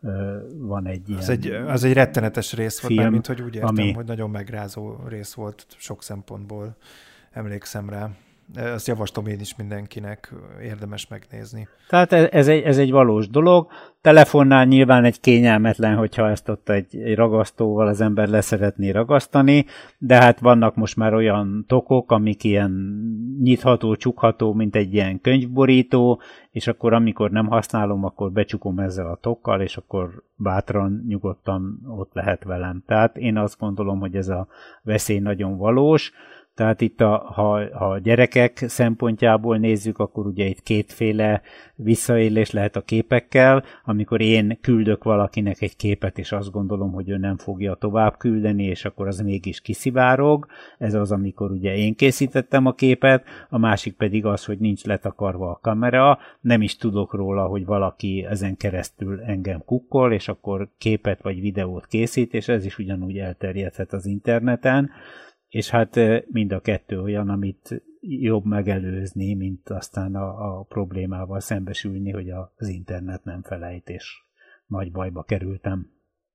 van egy ilyen az egy, az egy rettenetes rész film, volt, mint hogy úgy értem, ami... hogy nagyon megrázó rész volt sok szempontból, emlékszem rá. Azt javaslom én is mindenkinek, érdemes megnézni. Tehát ez egy, ez egy valós dolog. Telefonnál nyilván egy kényelmetlen, hogyha ezt ott egy, egy ragasztóval az ember leszeretné ragasztani, de hát vannak most már olyan tokok, amik ilyen nyitható, csukható, mint egy ilyen könyvborító, és akkor amikor nem használom, akkor becsukom ezzel a tokkal, és akkor bátran, nyugodtan ott lehet velem. Tehát én azt gondolom, hogy ez a veszély nagyon valós. Tehát itt, a, ha, ha a gyerekek szempontjából nézzük, akkor ugye itt kétféle visszaélés lehet a képekkel, amikor én küldök valakinek egy képet, és azt gondolom, hogy ő nem fogja tovább küldeni, és akkor az mégis kiszivárog. Ez az, amikor ugye én készítettem a képet, a másik pedig az, hogy nincs letakarva a kamera, nem is tudok róla, hogy valaki ezen keresztül engem kukkol, és akkor képet vagy videót készít, és ez is ugyanúgy elterjedhet az interneten. És hát mind a kettő olyan, amit jobb megelőzni, mint aztán a, a problémával szembesülni, hogy az internet nem felejt, és nagy bajba kerültem.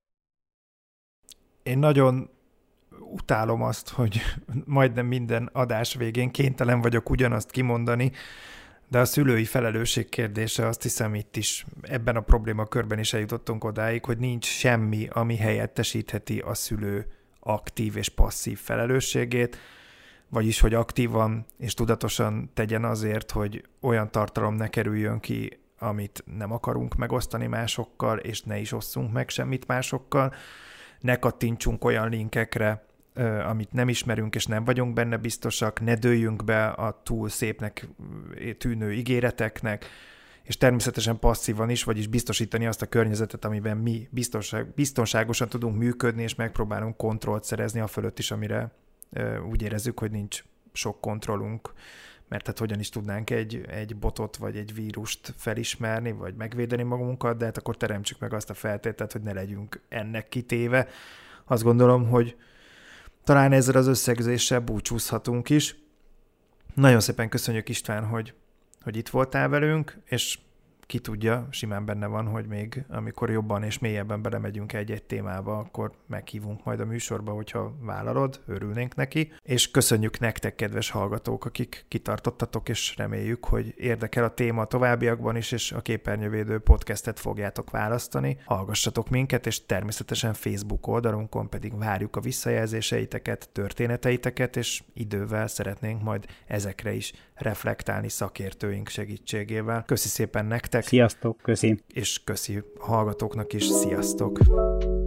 Én nagyon utálom azt, hogy majdnem minden adás végén kénytelen vagyok ugyanazt kimondani, de a szülői felelősség kérdése, azt hiszem itt is, ebben a problémakörben is eljutottunk odáig, hogy nincs semmi, ami helyettesítheti a szülő aktív és passzív felelősségét, vagyis, hogy aktívan és tudatosan tegyen azért, hogy olyan tartalom ne kerüljön ki, amit nem akarunk megosztani másokkal, és ne is osszunk meg semmit másokkal, ne kattintsunk olyan linkekre, amit nem ismerünk, és nem vagyunk benne biztosak, ne dőljünk be a túl szépnek tűnő ígéreteknek, és természetesen passzívan is, vagyis biztosítani azt a környezetet, amiben mi biztonság, biztonságosan tudunk működni, és megpróbálunk kontrollt szerezni a fölött is, amire e, úgy érezzük, hogy nincs sok kontrollunk, mert hát hogyan is tudnánk egy, egy botot vagy egy vírust felismerni, vagy megvédeni magunkat, de hát akkor teremtsük meg azt a feltételt, hogy ne legyünk ennek kitéve. Azt gondolom, hogy talán ezzel az összegzéssel búcsúzhatunk is. Nagyon szépen köszönjük, István, hogy hogy itt voltál velünk, és ki tudja, simán benne van, hogy még amikor jobban és mélyebben belemegyünk egy-egy témába, akkor meghívunk majd a műsorba, hogyha vállalod, örülnénk neki. És köszönjük nektek, kedves hallgatók, akik kitartottatok, és reméljük, hogy érdekel a téma a továbbiakban is, és a Képernyővédő podcastet fogjátok választani. Hallgassatok minket, és természetesen Facebook oldalunkon pedig várjuk a visszajelzéseiteket, történeteiteket, és idővel szeretnénk majd ezekre is reflektálni szakértőink segítségével. Köszi szépen nektek! Sziasztok, köszi! És köszi hallgatóknak is, sziasztok!